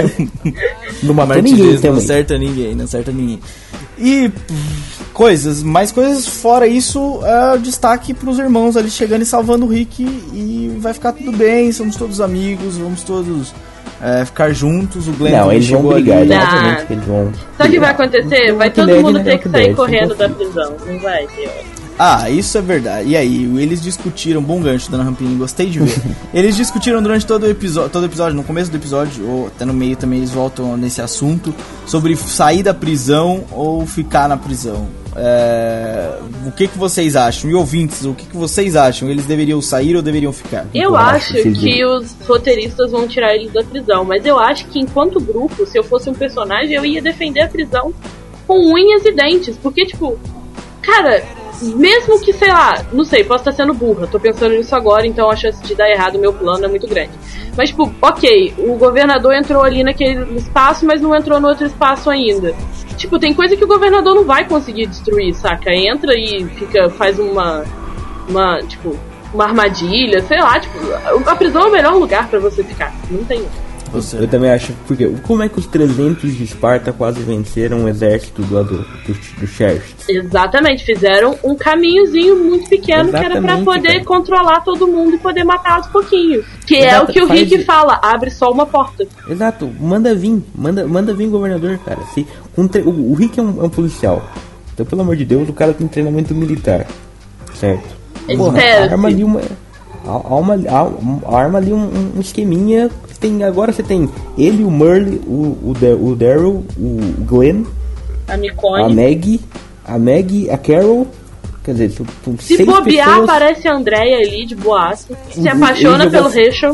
S5: Não matou ninguém
S3: Martinez não
S5: também.
S3: acerta ninguém, não acerta ninguém. E pff, coisas, mais coisas fora isso, é o destaque pros irmãos ali chegando e salvando o Rick e vai ficar tudo bem, somos todos amigos, vamos todos é, ficar juntos. O Glenn
S5: Não,
S3: também
S5: eles vão
S3: chegou
S5: brigar,
S3: ali.
S4: Não.
S5: obviamente que eles vão.
S4: Sabe o que vai acontecer? Vai todo
S5: Walking Dead,
S4: mundo
S5: né?
S4: ter que
S5: Walking
S4: sair
S5: Dead,
S4: correndo da
S5: sempre
S4: prisão. Não vai, senhor.
S3: Ah, isso é verdade. E aí, eles discutiram, bom gancho, Dona Rampini, gostei de ver. Eles discutiram durante todo o episódio, todo o episódio, no começo do episódio, ou até no meio também eles voltam nesse assunto, sobre sair da prisão ou ficar na prisão. É, o que, que vocês acham? E ouvintes, o que, que vocês acham? Eles deveriam sair ou deveriam ficar?
S4: Eu
S5: Eu
S4: acho
S5: acho que
S4: que os roteiristas vão tirar eles da prisão, mas eu acho que enquanto grupo, se eu fosse um personagem, eu ia defender a prisão com unhas e dentes, porque, tipo, cara, mesmo que, sei lá, não sei, posso estar sendo burra, tô pensando nisso agora, então a chance de dar errado o meu plano é muito grande. Mas, tipo, ok, o governador entrou ali naquele espaço, mas não entrou no outro espaço ainda. Tipo, tem coisa que o governador não vai conseguir destruir, saca? Entra e fica, faz uma, uma, tipo, uma armadilha, sei lá, tipo, a prisão é o melhor lugar pra você ficar, não tem.
S3: Você.
S5: Eu também acho, porque como é que os trezentos de Esparta quase venceram o exército do, do, do, do Xerxes?
S4: Exatamente, fizeram um caminhozinho muito pequeno que era pra
S5: Exatamente,
S4: poder
S5: cara.
S4: controlar todo mundo e poder matar aos pouquinhos. Que é
S5: Exato,
S4: o que o
S5: faz
S4: Rick
S5: de-
S4: fala, abre só uma porta.
S5: Exato, manda vir, manda, manda vir governador, cara. Se, com tre- o, o Rick é um, é um policial, então pelo amor de Deus, o cara tem treinamento militar, certo?
S4: Espera-se.
S5: arma ali uma, a- arma, a- arma ali um, um- um esqueminha. Tem, agora você tem ele, o Merle, o, o, Da- o Daryl, o Glenn,
S4: A
S5: a
S4: Micone.
S5: Maggie, a Maggie, a Carol. Quer dizer, são, são
S4: Se
S5: seis
S4: bobear,
S5: pessoas.
S4: aparece a Andrea ali de boaço. Se
S5: Ele
S4: apaixona
S5: jogou-
S4: pelo Rachel.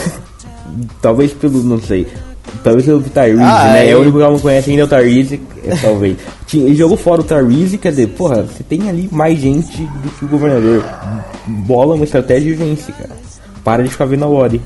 S5: Talvez pelo, não sei. Talvez pelo Tyrese,
S3: Ah,
S5: né?
S3: é.
S5: É o único que ela não conhece ainda é o Tyrese, é, talvez. Tinha- Ele jogou fora o Tyrese, quer dizer, porra, você tem ali mais gente do que o governador. Bola uma estratégia e vence, cara. Para de ficar vendo a Lori.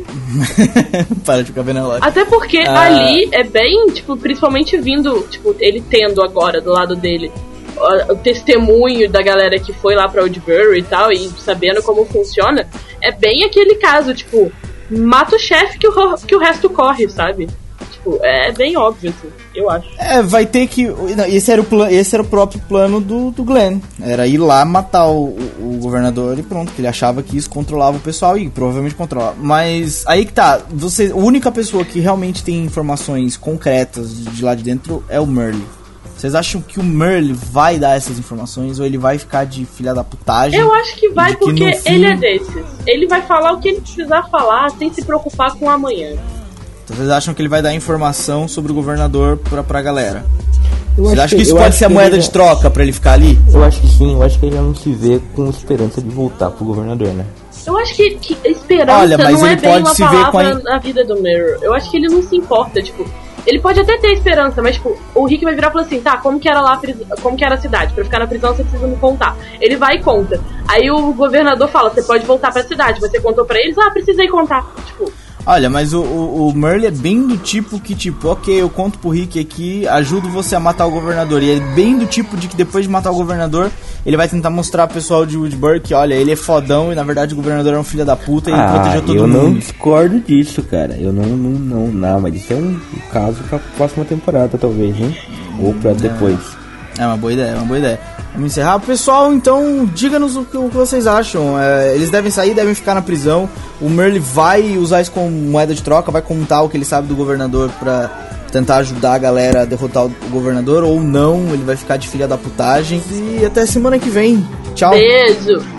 S3: Para de ficar vendo a loja.
S4: Até porque
S3: Ah.
S4: ali é bem, tipo, principalmente vindo, tipo, ele tendo agora do lado dele ó, o testemunho da galera que foi lá pra Oldbury e tal, e sabendo como funciona, é bem aquele caso, tipo, mata o chefe que o, ro- que o resto corre, sabe? Tipo, é bem óbvio, assim, eu acho.
S3: É, vai ter que. não, Esse era o, plan, esse era o próprio plano do, do Glenn. Era ir lá matar o, o, o governador e pronto. Que ele achava que isso controlava o pessoal e provavelmente controlava. Mas aí que tá. Você, a única pessoa que realmente tem informações concretas de, de lá de dentro é o Merle. Vocês acham que o Merle vai dar essas informações ou ele vai ficar de filha da putagem?
S4: Eu acho que vai
S3: de que
S4: porque
S3: no fim-
S4: ele é desses. Ele vai falar o que ele precisar falar sem se preocupar com o amanhã.
S3: Então, vocês acham que ele vai dar informação sobre o governador pra, pra galera?
S5: Eu
S3: Vocês
S5: acho
S3: acham que isso
S5: eu
S3: pode
S5: acho
S3: ser a
S5: que
S3: moeda
S5: ele
S3: de
S5: já-
S3: troca pra ele ficar ali?
S5: Eu acho que sim, eu acho que ele já não se vê com esperança de voltar pro governador, né?
S4: Eu acho que, que esperança
S3: Olha, mas
S4: não é
S3: ele
S4: bem
S3: pode
S4: uma
S3: se ver com
S4: palavra
S3: a-
S4: na vida do Mirror. Eu acho que ele não se importa, tipo... Ele pode até ter esperança, mas, tipo, o Rick vai virar e falar assim, tá, como que era lá a pris... como que era a cidade? Pra eu ficar na prisão, você precisa me contar. Ele vai e conta. Aí o governador fala, você pode voltar pra cidade. Você contou pra eles? Ah, precisei contar. Tipo...
S3: Olha, mas o, o, o Merle é bem do tipo que, tipo, ok, eu conto pro Rick aqui, ajudo você a matar o governador. E é bem do tipo de que depois de matar o governador, ele vai tentar mostrar pro pessoal de Woodbury que, olha, ele é fodão e na verdade o governador é um filho da puta e ele protegeu todo
S5: eu
S3: mundo.
S5: não discordo disso, cara. Eu não, não, não, não, mas isso é um caso pra próxima temporada, talvez, hein? Ou pra depois.
S3: É uma boa ideia, é uma boa ideia. Vamos encerrar. Pessoal, então, diga-nos o que, o que vocês acham. É, eles devem sair, devem ficar na prisão. O Merle vai usar isso como moeda de troca, vai contar o que ele sabe do governador pra tentar ajudar a galera a derrotar o governador, ou não, ele vai ficar de filha da putagem. E até semana que vem. Tchau.
S4: Beijo!